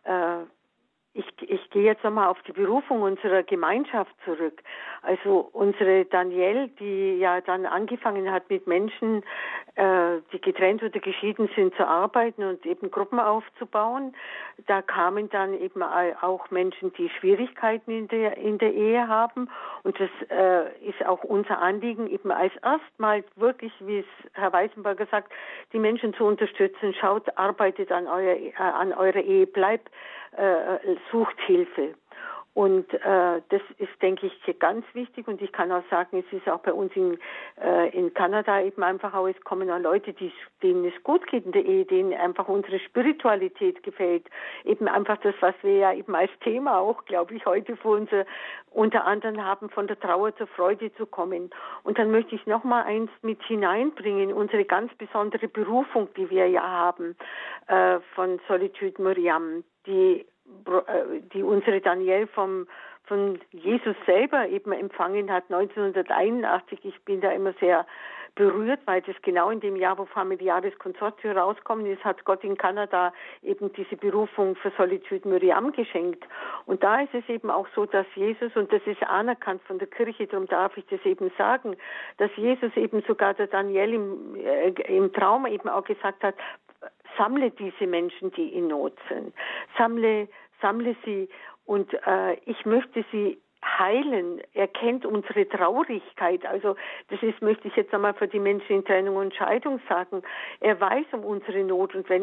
ich gehe jetzt nochmal auf die Berufung unserer Gemeinschaft zurück. Also unsere Danielle, die ja dann angefangen hat mit Menschen, die getrennt oder geschieden sind, zu arbeiten und eben Gruppen aufzubauen. Da kamen dann eben auch Menschen, die Schwierigkeiten in der Ehe haben. Und das ist auch unser Anliegen, eben als erstmal wirklich, wie es Herr Weisenberger sagt, die Menschen zu unterstützen. Schaut, arbeitet an eurer Ehe, bleibt, sucht Hilfe. Und das ist, denke ich, ganz wichtig. Und ich kann auch sagen, es ist auch bei uns in Kanada eben einfach auch, es kommen auch Leute, denen es gut geht in der Ehe, denen einfach unsere Spiritualität gefällt. Eben einfach das, was wir ja eben als Thema auch, glaube ich, heute für uns unter anderem haben, von der Trauer zur Freude zu kommen. Und dann möchte ich noch mal eins mit hineinbringen, unsere ganz besondere Berufung, die wir ja haben, von Solitude Miriam, die unsere Danielle von Jesus selber eben empfangen hat, 1981. Ich bin da immer sehr berührt, weil das genau in dem Jahr, wo Familiares Consortio rauskommt ist, hat Gott in Kanada eben diese Berufung für Solitude Miriam geschenkt. Und da ist es eben auch so, dass Jesus, und das ist anerkannt von der Kirche, darum darf ich das eben sagen, dass Jesus eben sogar der Danielle im Traum eben auch gesagt hat, sammle diese Menschen, die in Not sind. Sammle sie und ich möchte sie heilen. Er kennt unsere Traurigkeit. Also das ist, möchte ich jetzt einmal für die Menschen in Trennung und Scheidung sagen. Er weiß um unsere Not und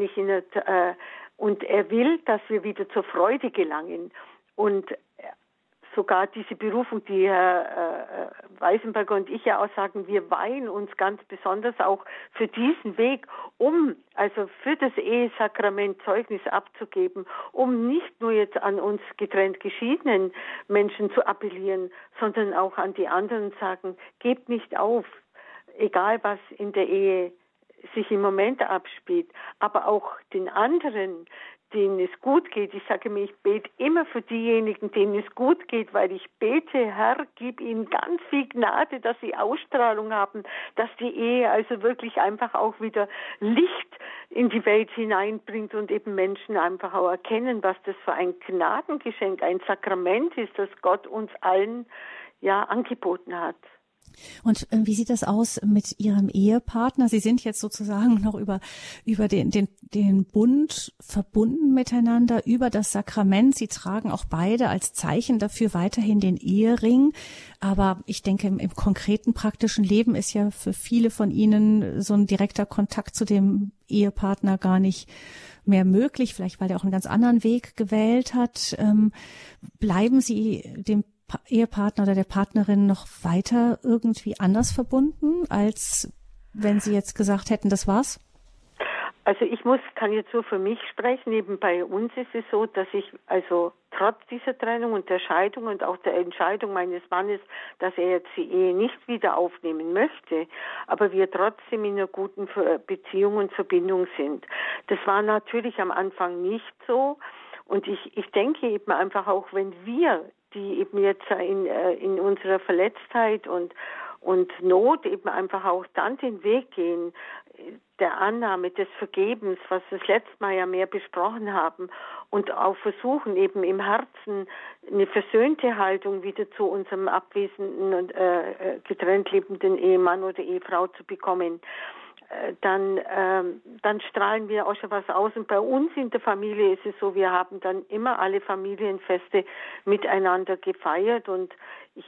und er will, dass wir wieder zur Freude gelangen. Und sogar diese Berufung, die Herr Weisenberger und ich ja auch sagen, wir weihen uns ganz besonders auch für diesen Weg, also für das Ehesakrament Zeugnis abzugeben, um nicht nur jetzt an uns getrennt geschiedenen Menschen zu appellieren, sondern auch an die anderen sagen, gebt nicht auf, egal was in der Ehe sich im Moment abspielt, aber auch den anderen, denen es gut geht. Ich sage mir, ich bete immer für diejenigen, denen es gut geht, weil ich bete, Herr, gib ihnen ganz viel Gnade, dass sie Ausstrahlung haben, dass die Ehe also wirklich einfach auch wieder Licht in die Welt hineinbringt und eben Menschen einfach auch erkennen, was das für ein Gnadengeschenk, ein Sakrament ist, das Gott uns allen ja angeboten hat. Und wie sieht das aus mit Ihrem Ehepartner? Sie sind jetzt sozusagen noch über den Bund verbunden miteinander, über das Sakrament. Sie tragen auch beide als Zeichen dafür weiterhin den Ehering. Aber ich denke, im konkreten praktischen Leben ist ja für viele von Ihnen so ein direkter Kontakt zu dem Ehepartner gar nicht mehr möglich, vielleicht weil er auch einen ganz anderen Weg gewählt hat. Bleiben Sie dem Ehepartner oder der Partnerin noch weiter irgendwie anders verbunden, als wenn Sie jetzt gesagt hätten, das war's? Also kann jetzt nur für mich sprechen. Eben bei uns ist es so, dass ich also trotz dieser Trennung und der Scheidung und auch der Entscheidung meines Mannes, dass er jetzt die Ehe nicht wieder aufnehmen möchte, aber wir trotzdem in einer guten Beziehung und Verbindung sind. Das war natürlich am Anfang nicht so. Und ich denke eben einfach auch, wenn wir, die eben jetzt in unserer Verletztheit und Not eben einfach auch dann den Weg gehen, der Annahme, des Vergebens, was wir das letzte Mal ja mehr besprochen haben, und auch versuchen eben im Herzen eine versöhnte Haltung wieder zu unserem abwesenden und getrennt lebenden Ehemann oder Ehefrau zu bekommen, dann strahlen wir auch schon was aus. Und bei uns in der Familie ist es so, wir haben dann immer alle Familienfeste miteinander gefeiert und ich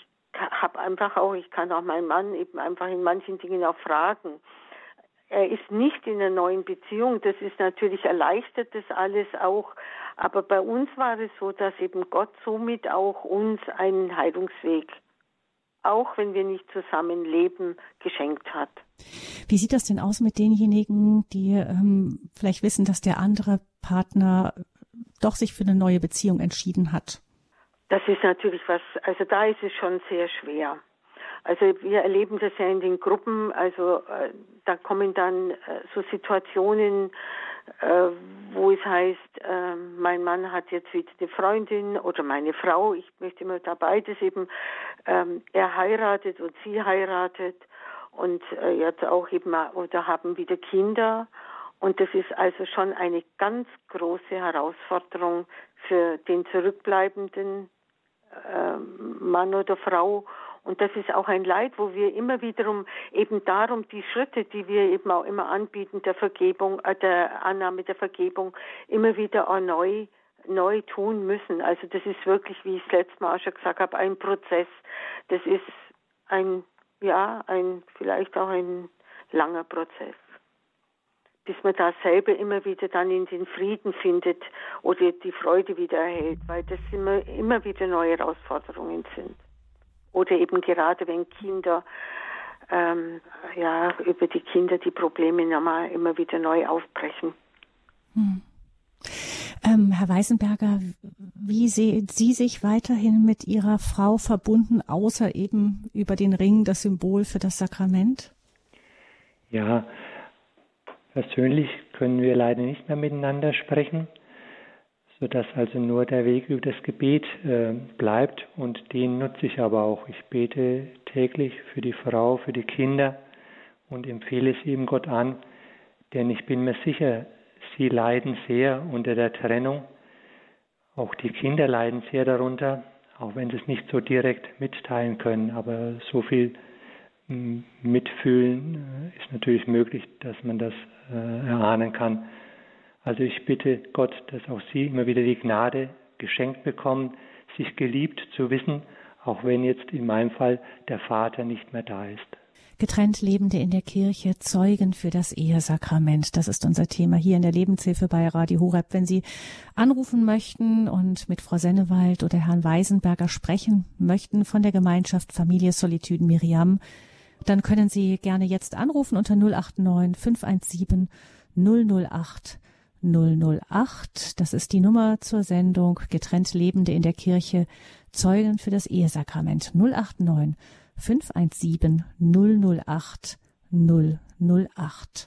kann auch meinen Mann eben einfach in manchen Dingen auch fragen. Er ist nicht in einer neuen Beziehung, das ist natürlich erleichtert das alles auch, aber bei uns war es so, dass eben Gott somit auch uns einen Heilungsweg, auch wenn wir nicht zusammen leben, geschenkt hat. Wie sieht das denn aus mit denjenigen, die vielleicht wissen, dass der andere Partner doch sich für eine neue Beziehung entschieden hat? Das ist natürlich also da ist es schon sehr schwer. Also wir erleben das ja in den Gruppen, also da kommen dann so Situationen, wo es heißt, mein Mann hat jetzt wieder eine Freundin oder meine Frau, ich möchte immer da beides eben, er heiratet und sie heiratet und jetzt auch eben oder haben wieder Kinder und das ist also schon eine ganz große Herausforderung für den zurückbleibenden Mann oder Frau. Und das ist auch ein Leid, wo wir immer wiederum eben darum die Schritte, die wir eben auch immer anbieten, der Vergebung, der Annahme der Vergebung, immer wieder auch neu tun müssen. Also das ist wirklich, wie ich es letztes Mal auch schon gesagt habe, ein Prozess. Das ist vielleicht auch ein langer Prozess. bis man da selber immer wieder dann in den Frieden findet oder die Freude wieder erhält, weil das immer wieder neue Herausforderungen sind. Oder eben gerade wenn Kinder, über die Kinder die Probleme nochmal immer wieder neu aufbrechen. Herr Weisenberger, wie sehen Sie sich weiterhin mit Ihrer Frau verbunden, außer eben über den Ring, das Symbol für das Sakrament? Ja, persönlich können wir leider nicht mehr miteinander sprechen, sodass also nur der Weg über das Gebet bleibt, und den nutze ich aber auch. Ich bete täglich für die Frau, für die Kinder und empfehle es eben Gott an, denn ich bin mir sicher, sie leiden sehr unter der Trennung. Auch die Kinder leiden sehr darunter, auch wenn sie es nicht so direkt mitteilen können. Aber so viel Mitfühlen ist natürlich möglich, dass man das erahnen kann. Also ich bitte Gott, dass auch sie immer wieder die Gnade geschenkt bekommen, sich geliebt zu wissen, auch wenn jetzt in meinem Fall der Vater nicht mehr da ist. Getrennt Lebende in der Kirche, Zeugen für das Ehesakrament. Das ist unser Thema hier in der Lebenshilfe bei Radio Horeb. Wenn Sie anrufen möchten und mit Frau Sennewald oder Herrn Weisenberger sprechen möchten von der Gemeinschaft Familie Solitude Miriam, dann können Sie gerne jetzt anrufen unter 089 517 008 008. Das ist die Nummer zur Sendung Getrennt Lebende in der Kirche, Zeugen für das Ehesakrament. 089 517 008 008.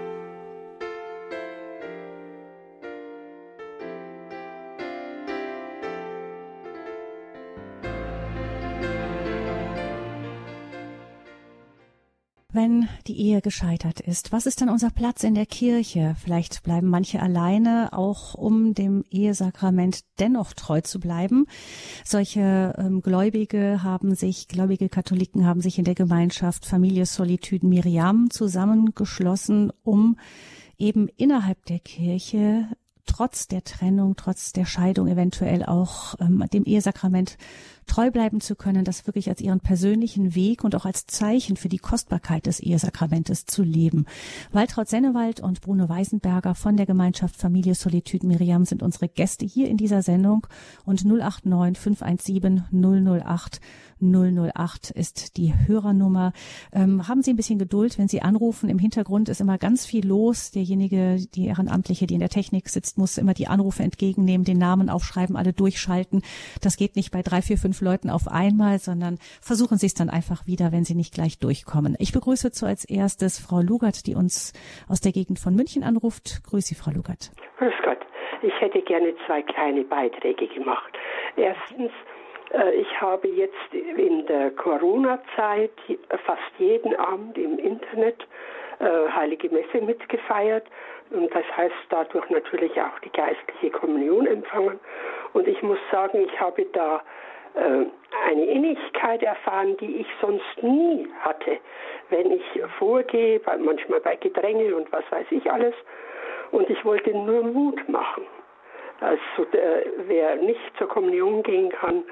Wenn die Ehe gescheitert ist, was ist dann unser Platz in der Kirche? Vielleicht bleiben manche alleine, auch um dem Ehesakrament dennoch treu zu bleiben. Solche gläubige Katholiken haben sich in der Gemeinschaft Familie Solitude Miriam zusammengeschlossen, um eben innerhalb der Kirche trotz der Trennung, trotz der Scheidung eventuell auch dem Ehesakrament treu bleiben zu können, das wirklich als ihren persönlichen Weg und auch als Zeichen für die Kostbarkeit des Ehesakramentes zu leben. Waltraud Sennewald und Bruno Weisenberger von der Gemeinschaft Familie Solitude Miriam sind unsere Gäste hier in dieser Sendung, und 089 517 008 008 ist die Hörernummer. Haben Sie ein bisschen Geduld, wenn Sie anrufen. Im Hintergrund ist immer ganz viel los. Derjenige, die Ehrenamtliche, die in der Technik sitzt, muss immer die Anrufe entgegennehmen, den Namen aufschreiben, alle durchschalten. Das geht nicht bei 3, 4, 5 Leuten auf einmal, sondern versuchen Sie es dann einfach wieder, wenn Sie nicht gleich durchkommen. Ich begrüße als erstes Frau Lugert, die uns aus der Gegend von München anruft. Grüß Sie, Frau Lugert. Grüß Gott. Ich hätte gerne 2 kleine Beiträge gemacht. Erstens, ich habe jetzt in der Corona-Zeit fast jeden Abend im Internet Heilige Messe mitgefeiert. Und das heißt dadurch natürlich auch die geistliche Kommunion empfangen. Und ich muss sagen, ich habe da eine Innigkeit erfahren, die ich sonst nie hatte. Wenn ich vorgehe, manchmal bei Gedränge und was weiß ich alles. Und ich wollte nur Mut machen. Also wer nicht zur Kommunion gehen kann,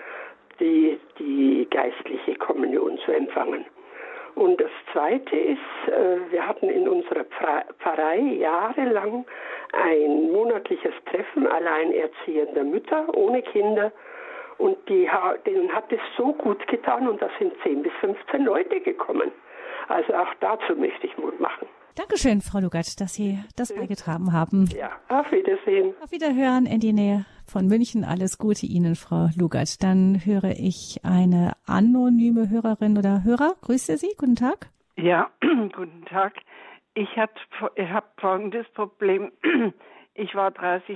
die geistliche Kommunion zu empfangen. Und das Zweite ist, wir hatten in unserer Pfarrei jahrelang ein monatliches Treffen alleinerziehender Mütter ohne Kinder. Und denen hat es so gut getan, und da sind 10 bis 15 Leute gekommen. Also auch dazu möchte ich Mut machen. Dankeschön, Frau Lugert, dass Sie das beigetragen haben. Ja, auf Wiedersehen. Auf Wiederhören in die Nähe von München. Alles Gute Ihnen, Frau Lugert. Dann höre ich eine anonyme Hörerin oder Hörer. Grüße Sie, guten Tag. Ja, guten Tag. Ich habe folgendes Problem. Ich war 30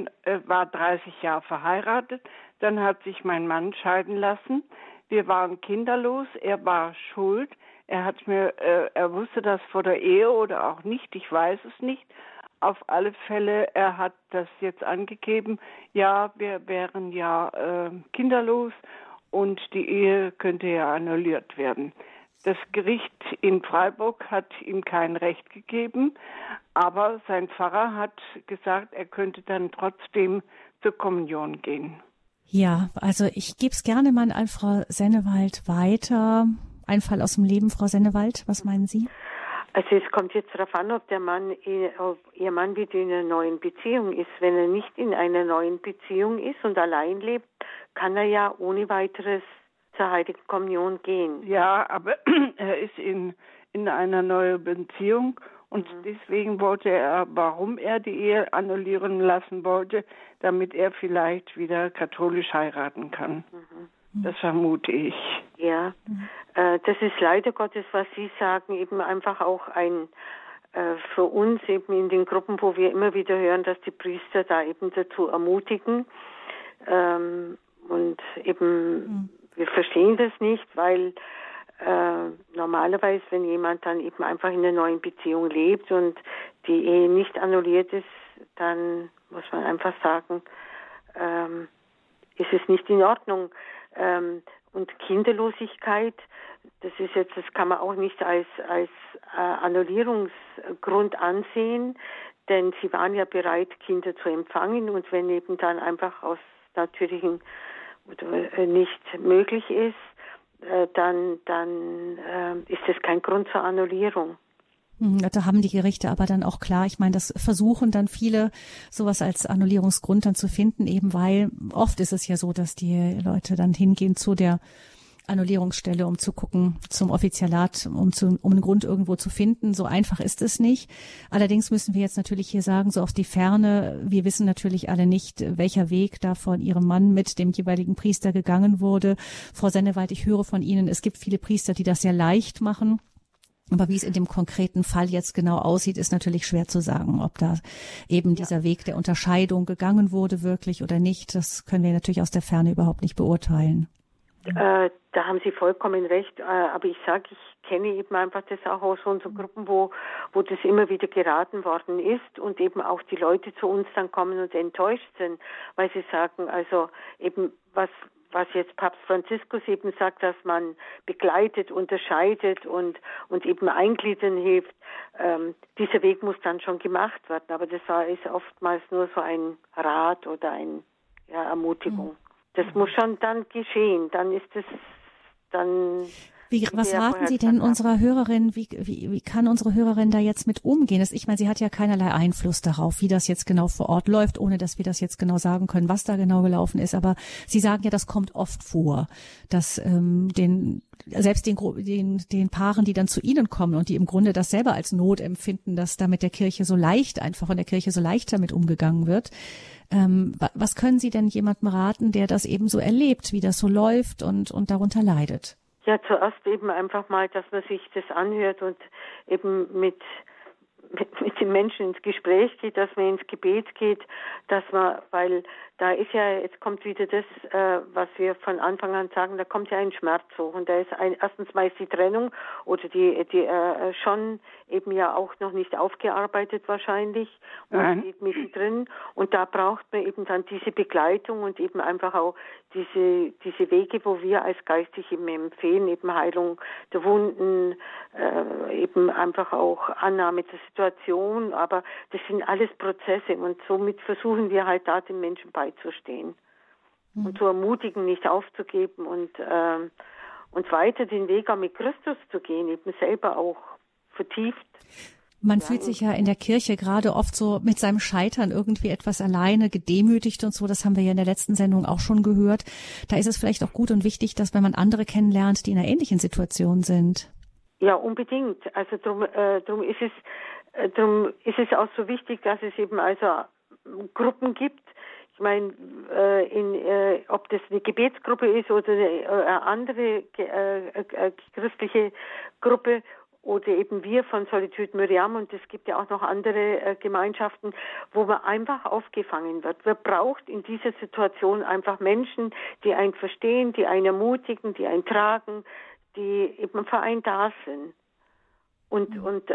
Jahre verheiratet. Dann hat sich mein Mann scheiden lassen. Wir waren kinderlos. Er war schuld. Er wusste das vor der Ehe oder auch nicht. Ich weiß es nicht. Auf alle Fälle, er hat das jetzt angegeben. Ja, wir wären ja kinderlos und die Ehe könnte ja annulliert werden. Das Gericht in Freiburg hat ihm kein Recht gegeben, aber sein Pfarrer hat gesagt, er könnte dann trotzdem zur Kommunion gehen. Ja, also ich gebe es gerne mal an Frau Sennewald weiter. Ein Fall aus dem Leben, Frau Sennewald, was meinen Sie? Also es kommt jetzt darauf an, ob ihr Mann wieder in einer neuen Beziehung ist. Wenn er nicht in einer neuen Beziehung ist und allein lebt, kann er ja ohne weiteres zur Heiligen Kommunion gehen. Ja, aber er ist in einer neuen Beziehung und deswegen wollte er, warum er die Ehe annullieren lassen wollte, damit er vielleicht wieder katholisch heiraten kann. Das vermute ich. Ja, das ist leider Gottes, was Sie sagen, eben einfach auch für uns eben in den Gruppen, wo wir immer wieder hören, dass die Priester da eben dazu ermutigen. Und eben, wir verstehen das nicht, weil normalerweise, wenn jemand dann eben einfach in einer neuen Beziehung lebt und die Ehe nicht annulliert ist, dann muss man einfach sagen, ist es nicht in Ordnung. Und Kinderlosigkeit, das kann man auch nicht als Annullierungsgrund ansehen, denn sie waren ja bereit, Kinder zu empfangen, und wenn eben dann einfach aus natürlichen oder nicht möglich ist, dann ist das kein Grund zur Annullierung. Da haben die Gerichte aber dann auch klar, ich meine, das versuchen dann viele, sowas als Annullierungsgrund dann zu finden, eben weil oft ist es ja so, dass die Leute dann hingehen zu der Annullierungsstelle, um zu gucken, zum Offizialat, um einen Grund irgendwo zu finden. So einfach ist es nicht. Allerdings müssen wir jetzt natürlich hier sagen, so auf die Ferne, wir wissen natürlich alle nicht, welcher Weg da von Ihrem Mann mit dem jeweiligen Priester gegangen wurde. Frau Sennewald, ich höre von Ihnen, es gibt viele Priester, die das sehr leicht machen. Aber wie es in dem konkreten Fall jetzt genau aussieht, ist natürlich schwer zu sagen, ob da eben dieser Weg der Unterscheidung gegangen wurde wirklich oder nicht. Das können wir natürlich aus der Ferne überhaupt nicht beurteilen. Da haben Sie vollkommen recht, aber ich kenne eben einfach das auch aus unseren Gruppen, wo das immer wieder geraten worden ist und eben auch die Leute zu uns dann kommen und enttäuscht sind, weil sie sagen, also eben was jetzt Papst Franziskus eben sagt, dass man begleitet, unterscheidet und eben eingliedern hilft, dieser Weg muss dann schon gemacht werden, aber das ist oftmals nur so ein Rat oder eine Ermutigung. Das muss schon dann geschehen, dann ist es dann... Was raten Sie denn unserer Hörerin, wie kann unsere Hörerin da jetzt mit umgehen? Ich meine, sie hat ja keinerlei Einfluss darauf, wie das jetzt genau vor Ort läuft, ohne dass wir das jetzt genau sagen können, was da genau gelaufen ist. Aber Sie sagen ja, das kommt oft vor, dass selbst den Paaren, die dann zu Ihnen kommen und die im Grunde das selber als Not empfinden, dass da mit der Kirche so leicht, einfach von der Kirche so leicht damit umgegangen wird. Was können Sie denn jemandem raten, der das eben so erlebt, wie das so läuft und darunter leidet? Ja, zuerst eben einfach mal, dass man sich das anhört und eben mit den Menschen ins Gespräch geht, dass man ins Gebet geht, weil da ist ja, jetzt kommt wieder das, was wir von Anfang an sagen, da kommt ja ein Schmerz hoch und da ist erstens mal die Trennung oder die schon eben ja auch noch nicht aufgearbeitet wahrscheinlich und geht mittendrin und da braucht man eben dann diese Begleitung und eben einfach auch diese Wege, wo wir als geistig eben empfehlen, eben Heilung der Wunden, eben einfach auch Annahme der Situation, aber das sind alles Prozesse und somit versuchen wir halt da den Menschen beizustehen und zu ermutigen, nicht aufzugeben und weiter den Weg auch mit Christus zu gehen, eben selber auch vertieft. Man fühlt sich ja in der Kirche gerade oft so mit seinem Scheitern irgendwie etwas alleine, gedemütigt und so. Das haben wir ja in der letzten Sendung auch schon gehört. Da ist es vielleicht auch gut und wichtig, dass wenn man andere kennenlernt, die in einer ähnlichen Situation sind. Ja, unbedingt. Also drum ist es auch so wichtig, dass es eben also Gruppen gibt. Ich meine, ob das eine Gebetsgruppe ist oder eine andere christliche Gruppe oder eben wir von Solitude Miriam und es gibt ja auch noch andere Gemeinschaften, wo man einfach aufgefangen wird. Man braucht in dieser Situation einfach Menschen, die einen verstehen, die einen ermutigen, die einen tragen, die eben für einen da sind. Und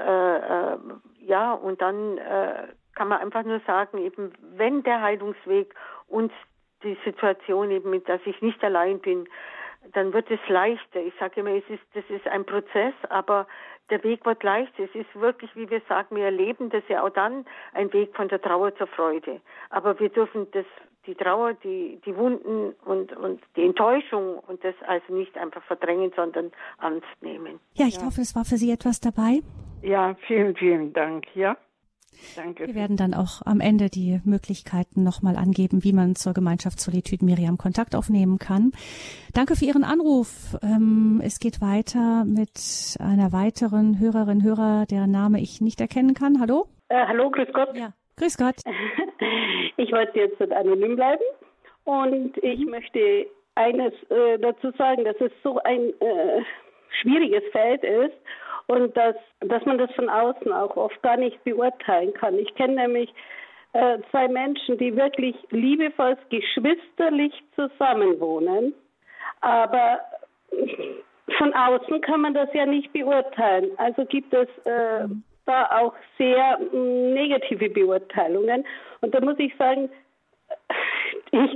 dann kann man einfach nur sagen, eben wenn der Heilungsweg uns die Situation eben, mit dass ich nicht allein bin, dann wird es leichter. Ich sage immer, das ist ein Prozess, aber der Weg wird leichter. Es ist wirklich, wie wir sagen, wir erleben das ja auch dann, ein Weg von der Trauer zur Freude. Aber wir dürfen die Trauer, die Wunden und die Enttäuschung und das also nicht einfach verdrängen, sondern ernst nehmen. Ja, ich hoffe, es war für Sie etwas dabei. Ja, vielen, vielen Dank. Ja, danke. Wir werden dann auch am Ende die Möglichkeiten nochmal angeben, wie man zur Gemeinschaft Solitude Miriam Kontakt aufnehmen kann. Danke für Ihren Anruf. Es geht weiter mit einer weiteren Hörer, deren Name ich nicht erkennen kann. Hallo? Hallo, grüß Gott. Ja, grüß Gott. Ich wollte jetzt anonym bleiben und ich möchte eines dazu sagen, dass es so ein schwieriges Feld ist und dass man das von außen auch oft gar nicht beurteilen kann. Ich kenne nämlich zwei Menschen, die wirklich liebevoll geschwisterlich zusammenwohnen, aber von außen kann man das ja nicht beurteilen. Also gibt es da auch sehr negative Beurteilungen. Und da muss ich sagen, ich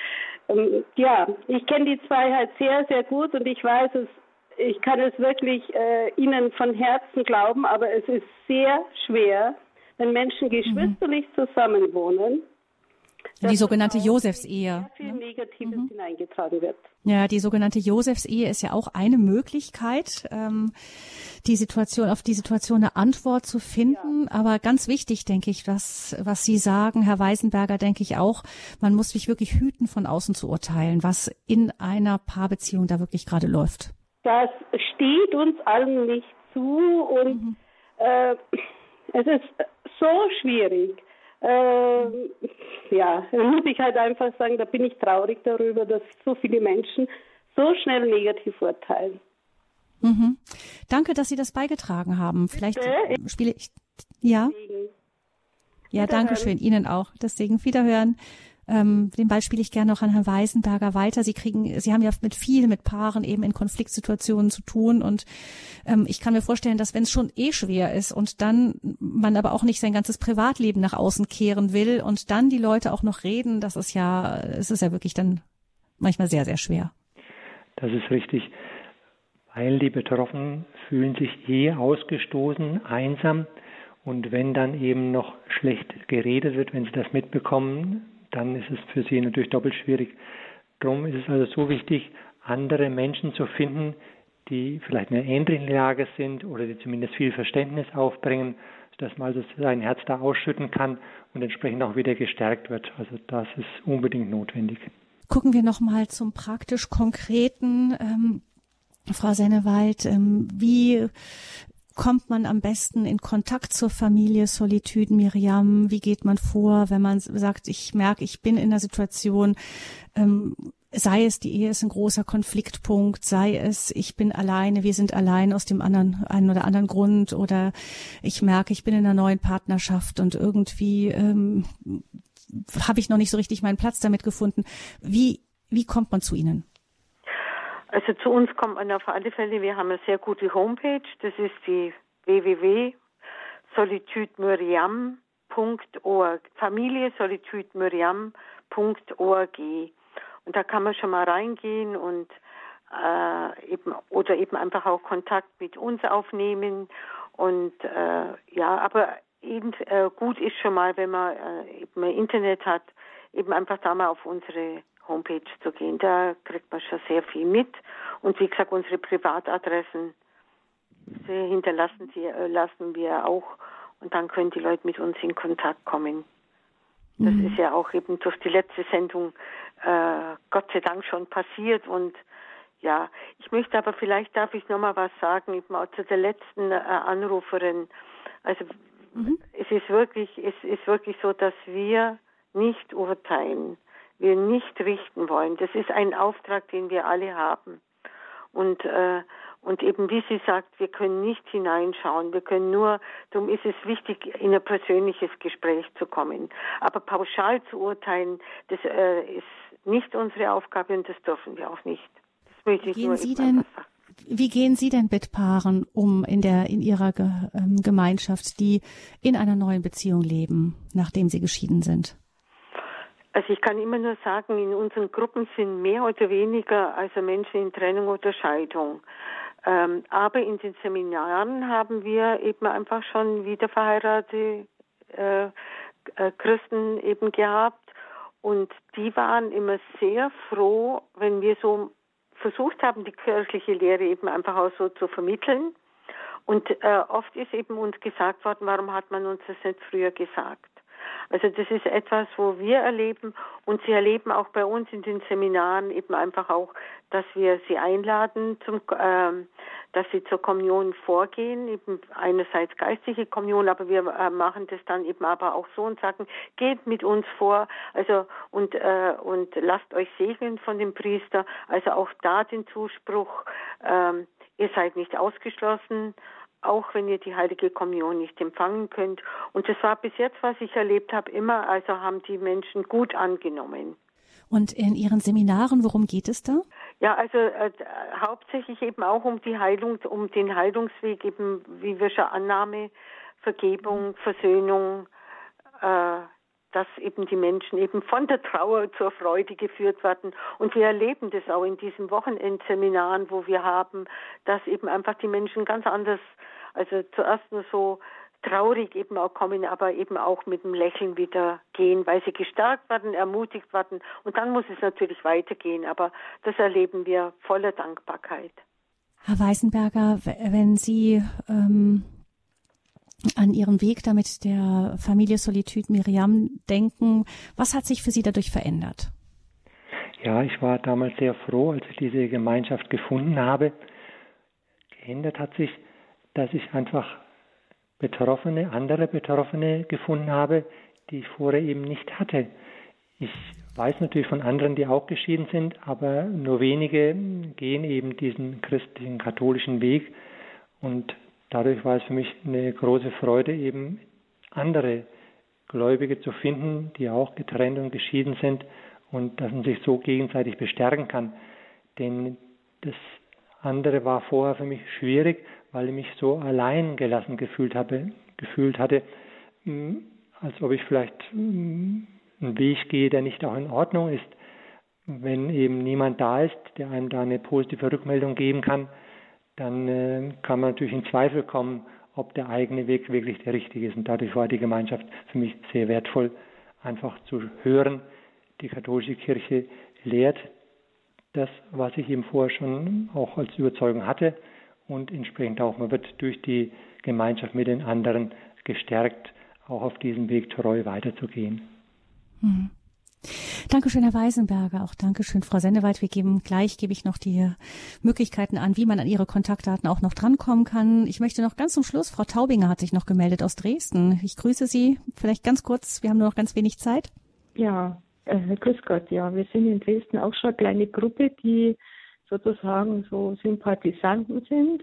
kenne die zwei halt sehr, sehr gut und ich weiß es, ich kann es wirklich ihnen von Herzen glauben, aber es ist sehr schwer, wenn Menschen geschwisterlich zusammenwohnen. Die sogenannte Josefsehe. Sehr viel Negatives hineingetragen wird. Ja, die sogenannte Josefsehe ist ja auch eine Möglichkeit, auf die Situation eine Antwort zu finden. Ja. Aber ganz wichtig, denke ich, was Sie sagen, Herr Weisenberger, denke ich auch, man muss sich wirklich hüten, von außen zu urteilen, was in einer Paarbeziehung da wirklich gerade läuft. Das steht uns allen nicht zu und es ist so schwierig. Da muss ich halt einfach sagen, da bin ich traurig darüber, dass so viele Menschen so schnell negativ urteilen. Mhm. Danke, dass Sie das beigetragen haben. Vielleicht spiele ich... Ja? Ja, danke schön. Ihnen auch. Deswegen Wiederhören. Den Ball spiele ich gerne noch an Herrn Weisenberger weiter. Sie haben ja mit Paaren eben in Konfliktsituationen zu tun und ich kann mir vorstellen, dass wenn es schon schwer ist und dann man aber auch nicht sein ganzes Privatleben nach außen kehren will und dann die Leute auch noch reden, es ist ja wirklich dann manchmal sehr, sehr schwer. Das ist richtig, weil die Betroffenen fühlen sich ausgestoßen, einsam und wenn dann eben noch schlecht geredet wird, wenn sie das mitbekommen, dann ist es für sie natürlich doppelt schwierig. Darum ist es also so wichtig, andere Menschen zu finden, die vielleicht in einer ähnlichen Lage sind oder die zumindest viel Verständnis aufbringen, sodass man also sein Herz da ausschütten kann und entsprechend auch wieder gestärkt wird. Also das ist unbedingt notwendig. Gucken wir nochmal zum praktisch Konkreten. Frau Sennewald, wie kommt man am besten in Kontakt zur Familie Solitude Miriam? Wie geht man vor, wenn man sagt, ich merke, ich bin in einer Situation, sei es die Ehe ist ein großer Konfliktpunkt, sei es ich bin alleine, wir sind allein aus dem einen oder anderen Grund oder ich merke, ich bin in einer neuen Partnerschaft und irgendwie habe ich noch nicht so richtig meinen Platz damit gefunden. Wie kommt man zu Ihnen? Also zu uns kommt man auf alle Fälle, wir haben eine sehr gute Homepage, das ist die www.solitudemiriam.org, familiesolitudemiriam.org und da kann man schon mal reingehen und eben einfach auch Kontakt mit uns aufnehmen und aber eben gut ist schon mal, wenn man eben Internet hat, eben einfach da mal auf unsere Homepage zu gehen. Da kriegt man schon sehr viel mit. Und wie gesagt, unsere Privatadressen lassen wir auch. Und dann können die Leute mit uns in Kontakt kommen. Das ist ja auch eben durch die letzte Sendung Gott sei Dank schon passiert. Und ja, ich möchte aber vielleicht darf ich noch mal was sagen, eben auch zu der letzten Anruferin. Also es ist wirklich so, dass wir nicht urteilen. Wir nicht richten wollen. Das ist ein Auftrag, den wir alle haben. Und eben, wie sie sagt, wir können nicht hineinschauen. Wir können nur, darum ist es wichtig, in ein persönliches Gespräch zu kommen. Aber pauschal zu urteilen, das ist nicht unsere Aufgabe und das dürfen wir auch nicht. Das möchte ich nur eben sagen. Wie gehen Sie denn mit Paaren um in Ihrer Gemeinschaft, die in einer neuen Beziehung leben, nachdem sie geschieden sind? Also ich kann immer nur sagen, in unseren Gruppen sind mehr oder weniger also Menschen in Trennung oder Scheidung. Aber in den Seminaren haben wir eben einfach schon wieder verheiratete Christen eben gehabt und die waren immer sehr froh, wenn wir so versucht haben, die kirchliche Lehre eben einfach auch so zu vermitteln. Und oft ist eben uns gesagt worden, warum hat man uns das nicht früher gesagt? Also das ist etwas, wo wir erleben, und sie erleben auch bei uns in den Seminaren eben einfach auch, dass wir sie einladen, dass sie zur Kommunion vorgehen, eben einerseits geistliche Kommunion, aber wir machen das dann eben aber auch so und sagen, geht mit uns vor, also und lasst euch segnen von dem Priester, also auch da den Zuspruch, ihr seid nicht ausgeschlossen, auch wenn ihr die Heilige Kommunion nicht empfangen könnt. Und das war bis jetzt, was ich erlebt habe, immer, also haben die Menschen gut angenommen. Und in Ihren Seminaren, worum geht es da? Ja, also hauptsächlich eben auch um die Heilung, um den Heilungsweg, eben wie wir schon Annahme, Vergebung, Versöhnung, dass eben die Menschen eben von der Trauer zur Freude geführt werden. Und wir erleben das auch in diesen Wochenendseminaren, wo wir haben, dass eben einfach die Menschen ganz anders, also zuerst nur so traurig eben auch kommen, aber eben auch mit einem Lächeln wieder gehen, weil sie gestärkt werden, ermutigt werden. Und dann muss es natürlich weitergehen, aber das erleben wir voller Dankbarkeit. Herr Weißenberger, wenn Sie an Ihren Weg da mit der Familie Solitude Miriam denken, was hat sich für Sie dadurch verändert? Ja, ich war damals sehr froh, als ich diese Gemeinschaft gefunden habe. Geändert hat sich, dass ich einfach andere Betroffene gefunden habe, die ich vorher eben nicht hatte. Ich weiß natürlich von anderen, die auch geschieden sind, aber nur wenige gehen eben diesen christlichen, katholischen Weg. Und dadurch war es für mich eine große Freude, eben andere Gläubige zu finden, die auch getrennt und geschieden sind, und dass man sich so gegenseitig bestärken kann. Denn das andere war vorher für mich schwierig, weil ich mich so allein gelassen gefühlt hatte, als ob ich vielleicht einen Weg gehe, der nicht auch in Ordnung ist. Wenn eben niemand da ist, der einem da eine positive Rückmeldung geben kann, dann kann man natürlich in Zweifel kommen, ob der eigene Weg wirklich der richtige ist. Und dadurch war die Gemeinschaft für mich sehr wertvoll, einfach zu hören, die katholische Kirche lehrt das, was ich eben vorher schon auch als Überzeugung hatte, und entsprechend auch, man wird durch die Gemeinschaft mit den anderen gestärkt, auch auf diesem Weg treu weiterzugehen. Mhm. Dankeschön, Herr Weißenberger. Auch Dankeschön, Frau Sennewald. Gebe ich noch die Möglichkeiten an, wie man an Ihre Kontaktdaten auch noch drankommen kann. Ich möchte noch ganz zum Schluss, Frau Taubinger hat sich noch gemeldet aus Dresden. Ich grüße Sie. Vielleicht ganz kurz, wir haben nur noch ganz wenig Zeit. Ja, grüß Gott. Ja, wir sind in Dresden auch schon eine kleine Gruppe, die sozusagen so Sympathisanten sind.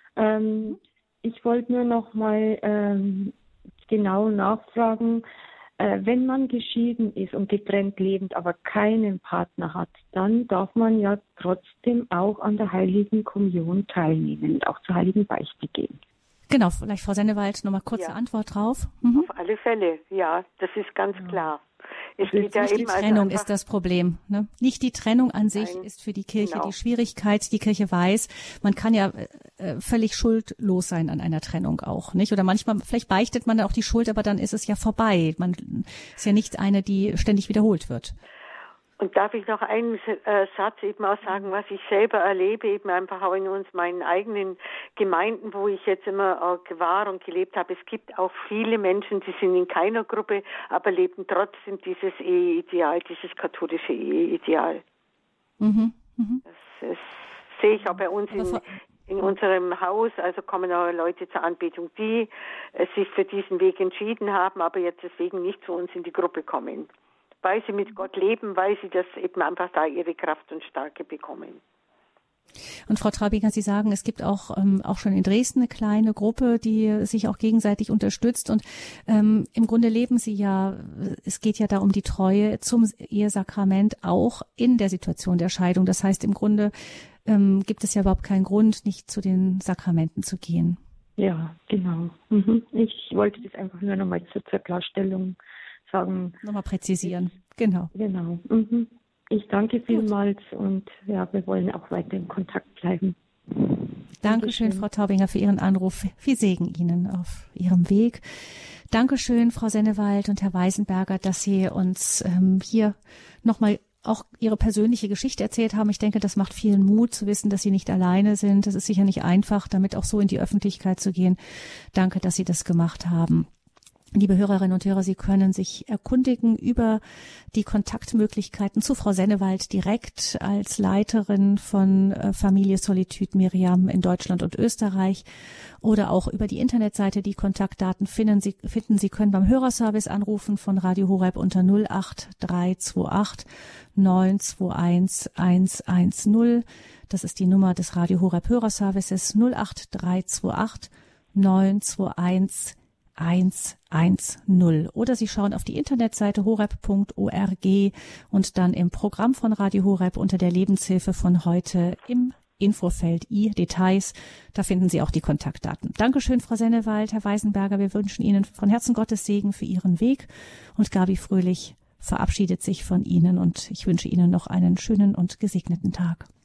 Ich wollte nur noch mal genau nachfragen, wenn man geschieden ist und getrennt lebend, aber keinen Partner hat, dann darf man ja trotzdem auch an der Heiligen Kommunion teilnehmen und auch zur Heiligen Beichte gehen. Genau, vielleicht Frau Sennewald nochmal kurze Antwort drauf. Mhm. Auf alle Fälle, ja, das ist ganz klar. Es geht ja nicht die Trennung ist das Problem. Ne? Nicht die Trennung an sich ist für die Kirche die Schwierigkeit. Die Kirche weiß, man kann ja völlig schuldlos sein an einer Trennung auch, nicht? Oder manchmal, vielleicht beichtet man dann auch die Schuld, aber dann ist es ja vorbei. Man ist ja nicht eine, die ständig wiederholt wird. Und darf ich noch einen Satz eben auch sagen, was ich selber erlebe, eben einfach auch in meinen eigenen Gemeinden, wo ich jetzt immer war und gelebt habe. Es gibt auch viele Menschen, die sind in keiner Gruppe, aber leben trotzdem dieses Eheideal, dieses katholische Eheideal. Mhm. Das sehe ich auch bei uns in unserem Haus, also kommen auch Leute zur Anbetung, die sich für diesen Weg entschieden haben, aber jetzt deswegen nicht zu uns in die Gruppe kommen. Weil sie mit Gott leben, weil sie das eben einfach da ihre Kraft und Stärke bekommen. Und Frau Traubinger, Sie sagen, es gibt auch schon in Dresden eine kleine Gruppe, die sich auch gegenseitig unterstützt. Und im Grunde leben Sie ja, es geht ja da um die Treue zum Ehesakrament, auch in der Situation der Scheidung. Das heißt, im Grunde gibt es ja überhaupt keinen Grund, nicht zu den Sakramenten zu gehen. Ja, genau. Ich wollte das einfach nur nochmal zur Klarstellung sagen. Nochmal präzisieren. Genau. Genau. Ich danke vielmals und ja, wir wollen auch weiter in Kontakt bleiben. Dankeschön, Frau Taubinger, für Ihren Anruf. Viel Segen Ihnen auf Ihrem Weg. Dankeschön, Frau Sennewald und Herr Weißenberger, dass Sie uns hier nochmal auch Ihre persönliche Geschichte erzählt haben. Ich denke, das macht vielen Mut zu wissen, dass Sie nicht alleine sind. Das ist sicher nicht einfach, damit auch so in die Öffentlichkeit zu gehen. Danke, dass Sie das gemacht haben. Liebe Hörerinnen und Hörer, Sie können sich erkundigen über die Kontaktmöglichkeiten zu Frau Sennewald direkt als Leiterin von Familie Solitude Miriam in Deutschland und Österreich oder auch über die Internetseite. Die Kontaktdaten finden Sie können beim Hörerservice anrufen von Radio Horeb unter 08328 921 110. Das ist die Nummer des Radio Horeb Hörerservices 08328 921 110. Oder Sie schauen auf die Internetseite horeb.org und dann im Programm von Radio Horeb unter der Lebenshilfe von heute im Infofeld I-Details. Da finden Sie auch die Kontaktdaten. Dankeschön, Frau Sennewald, Herr Weisenberger. Wir wünschen Ihnen von Herzen Gottes Segen für Ihren Weg. Und Gabi Fröhlich verabschiedet sich von Ihnen und ich wünsche Ihnen noch einen schönen und gesegneten Tag.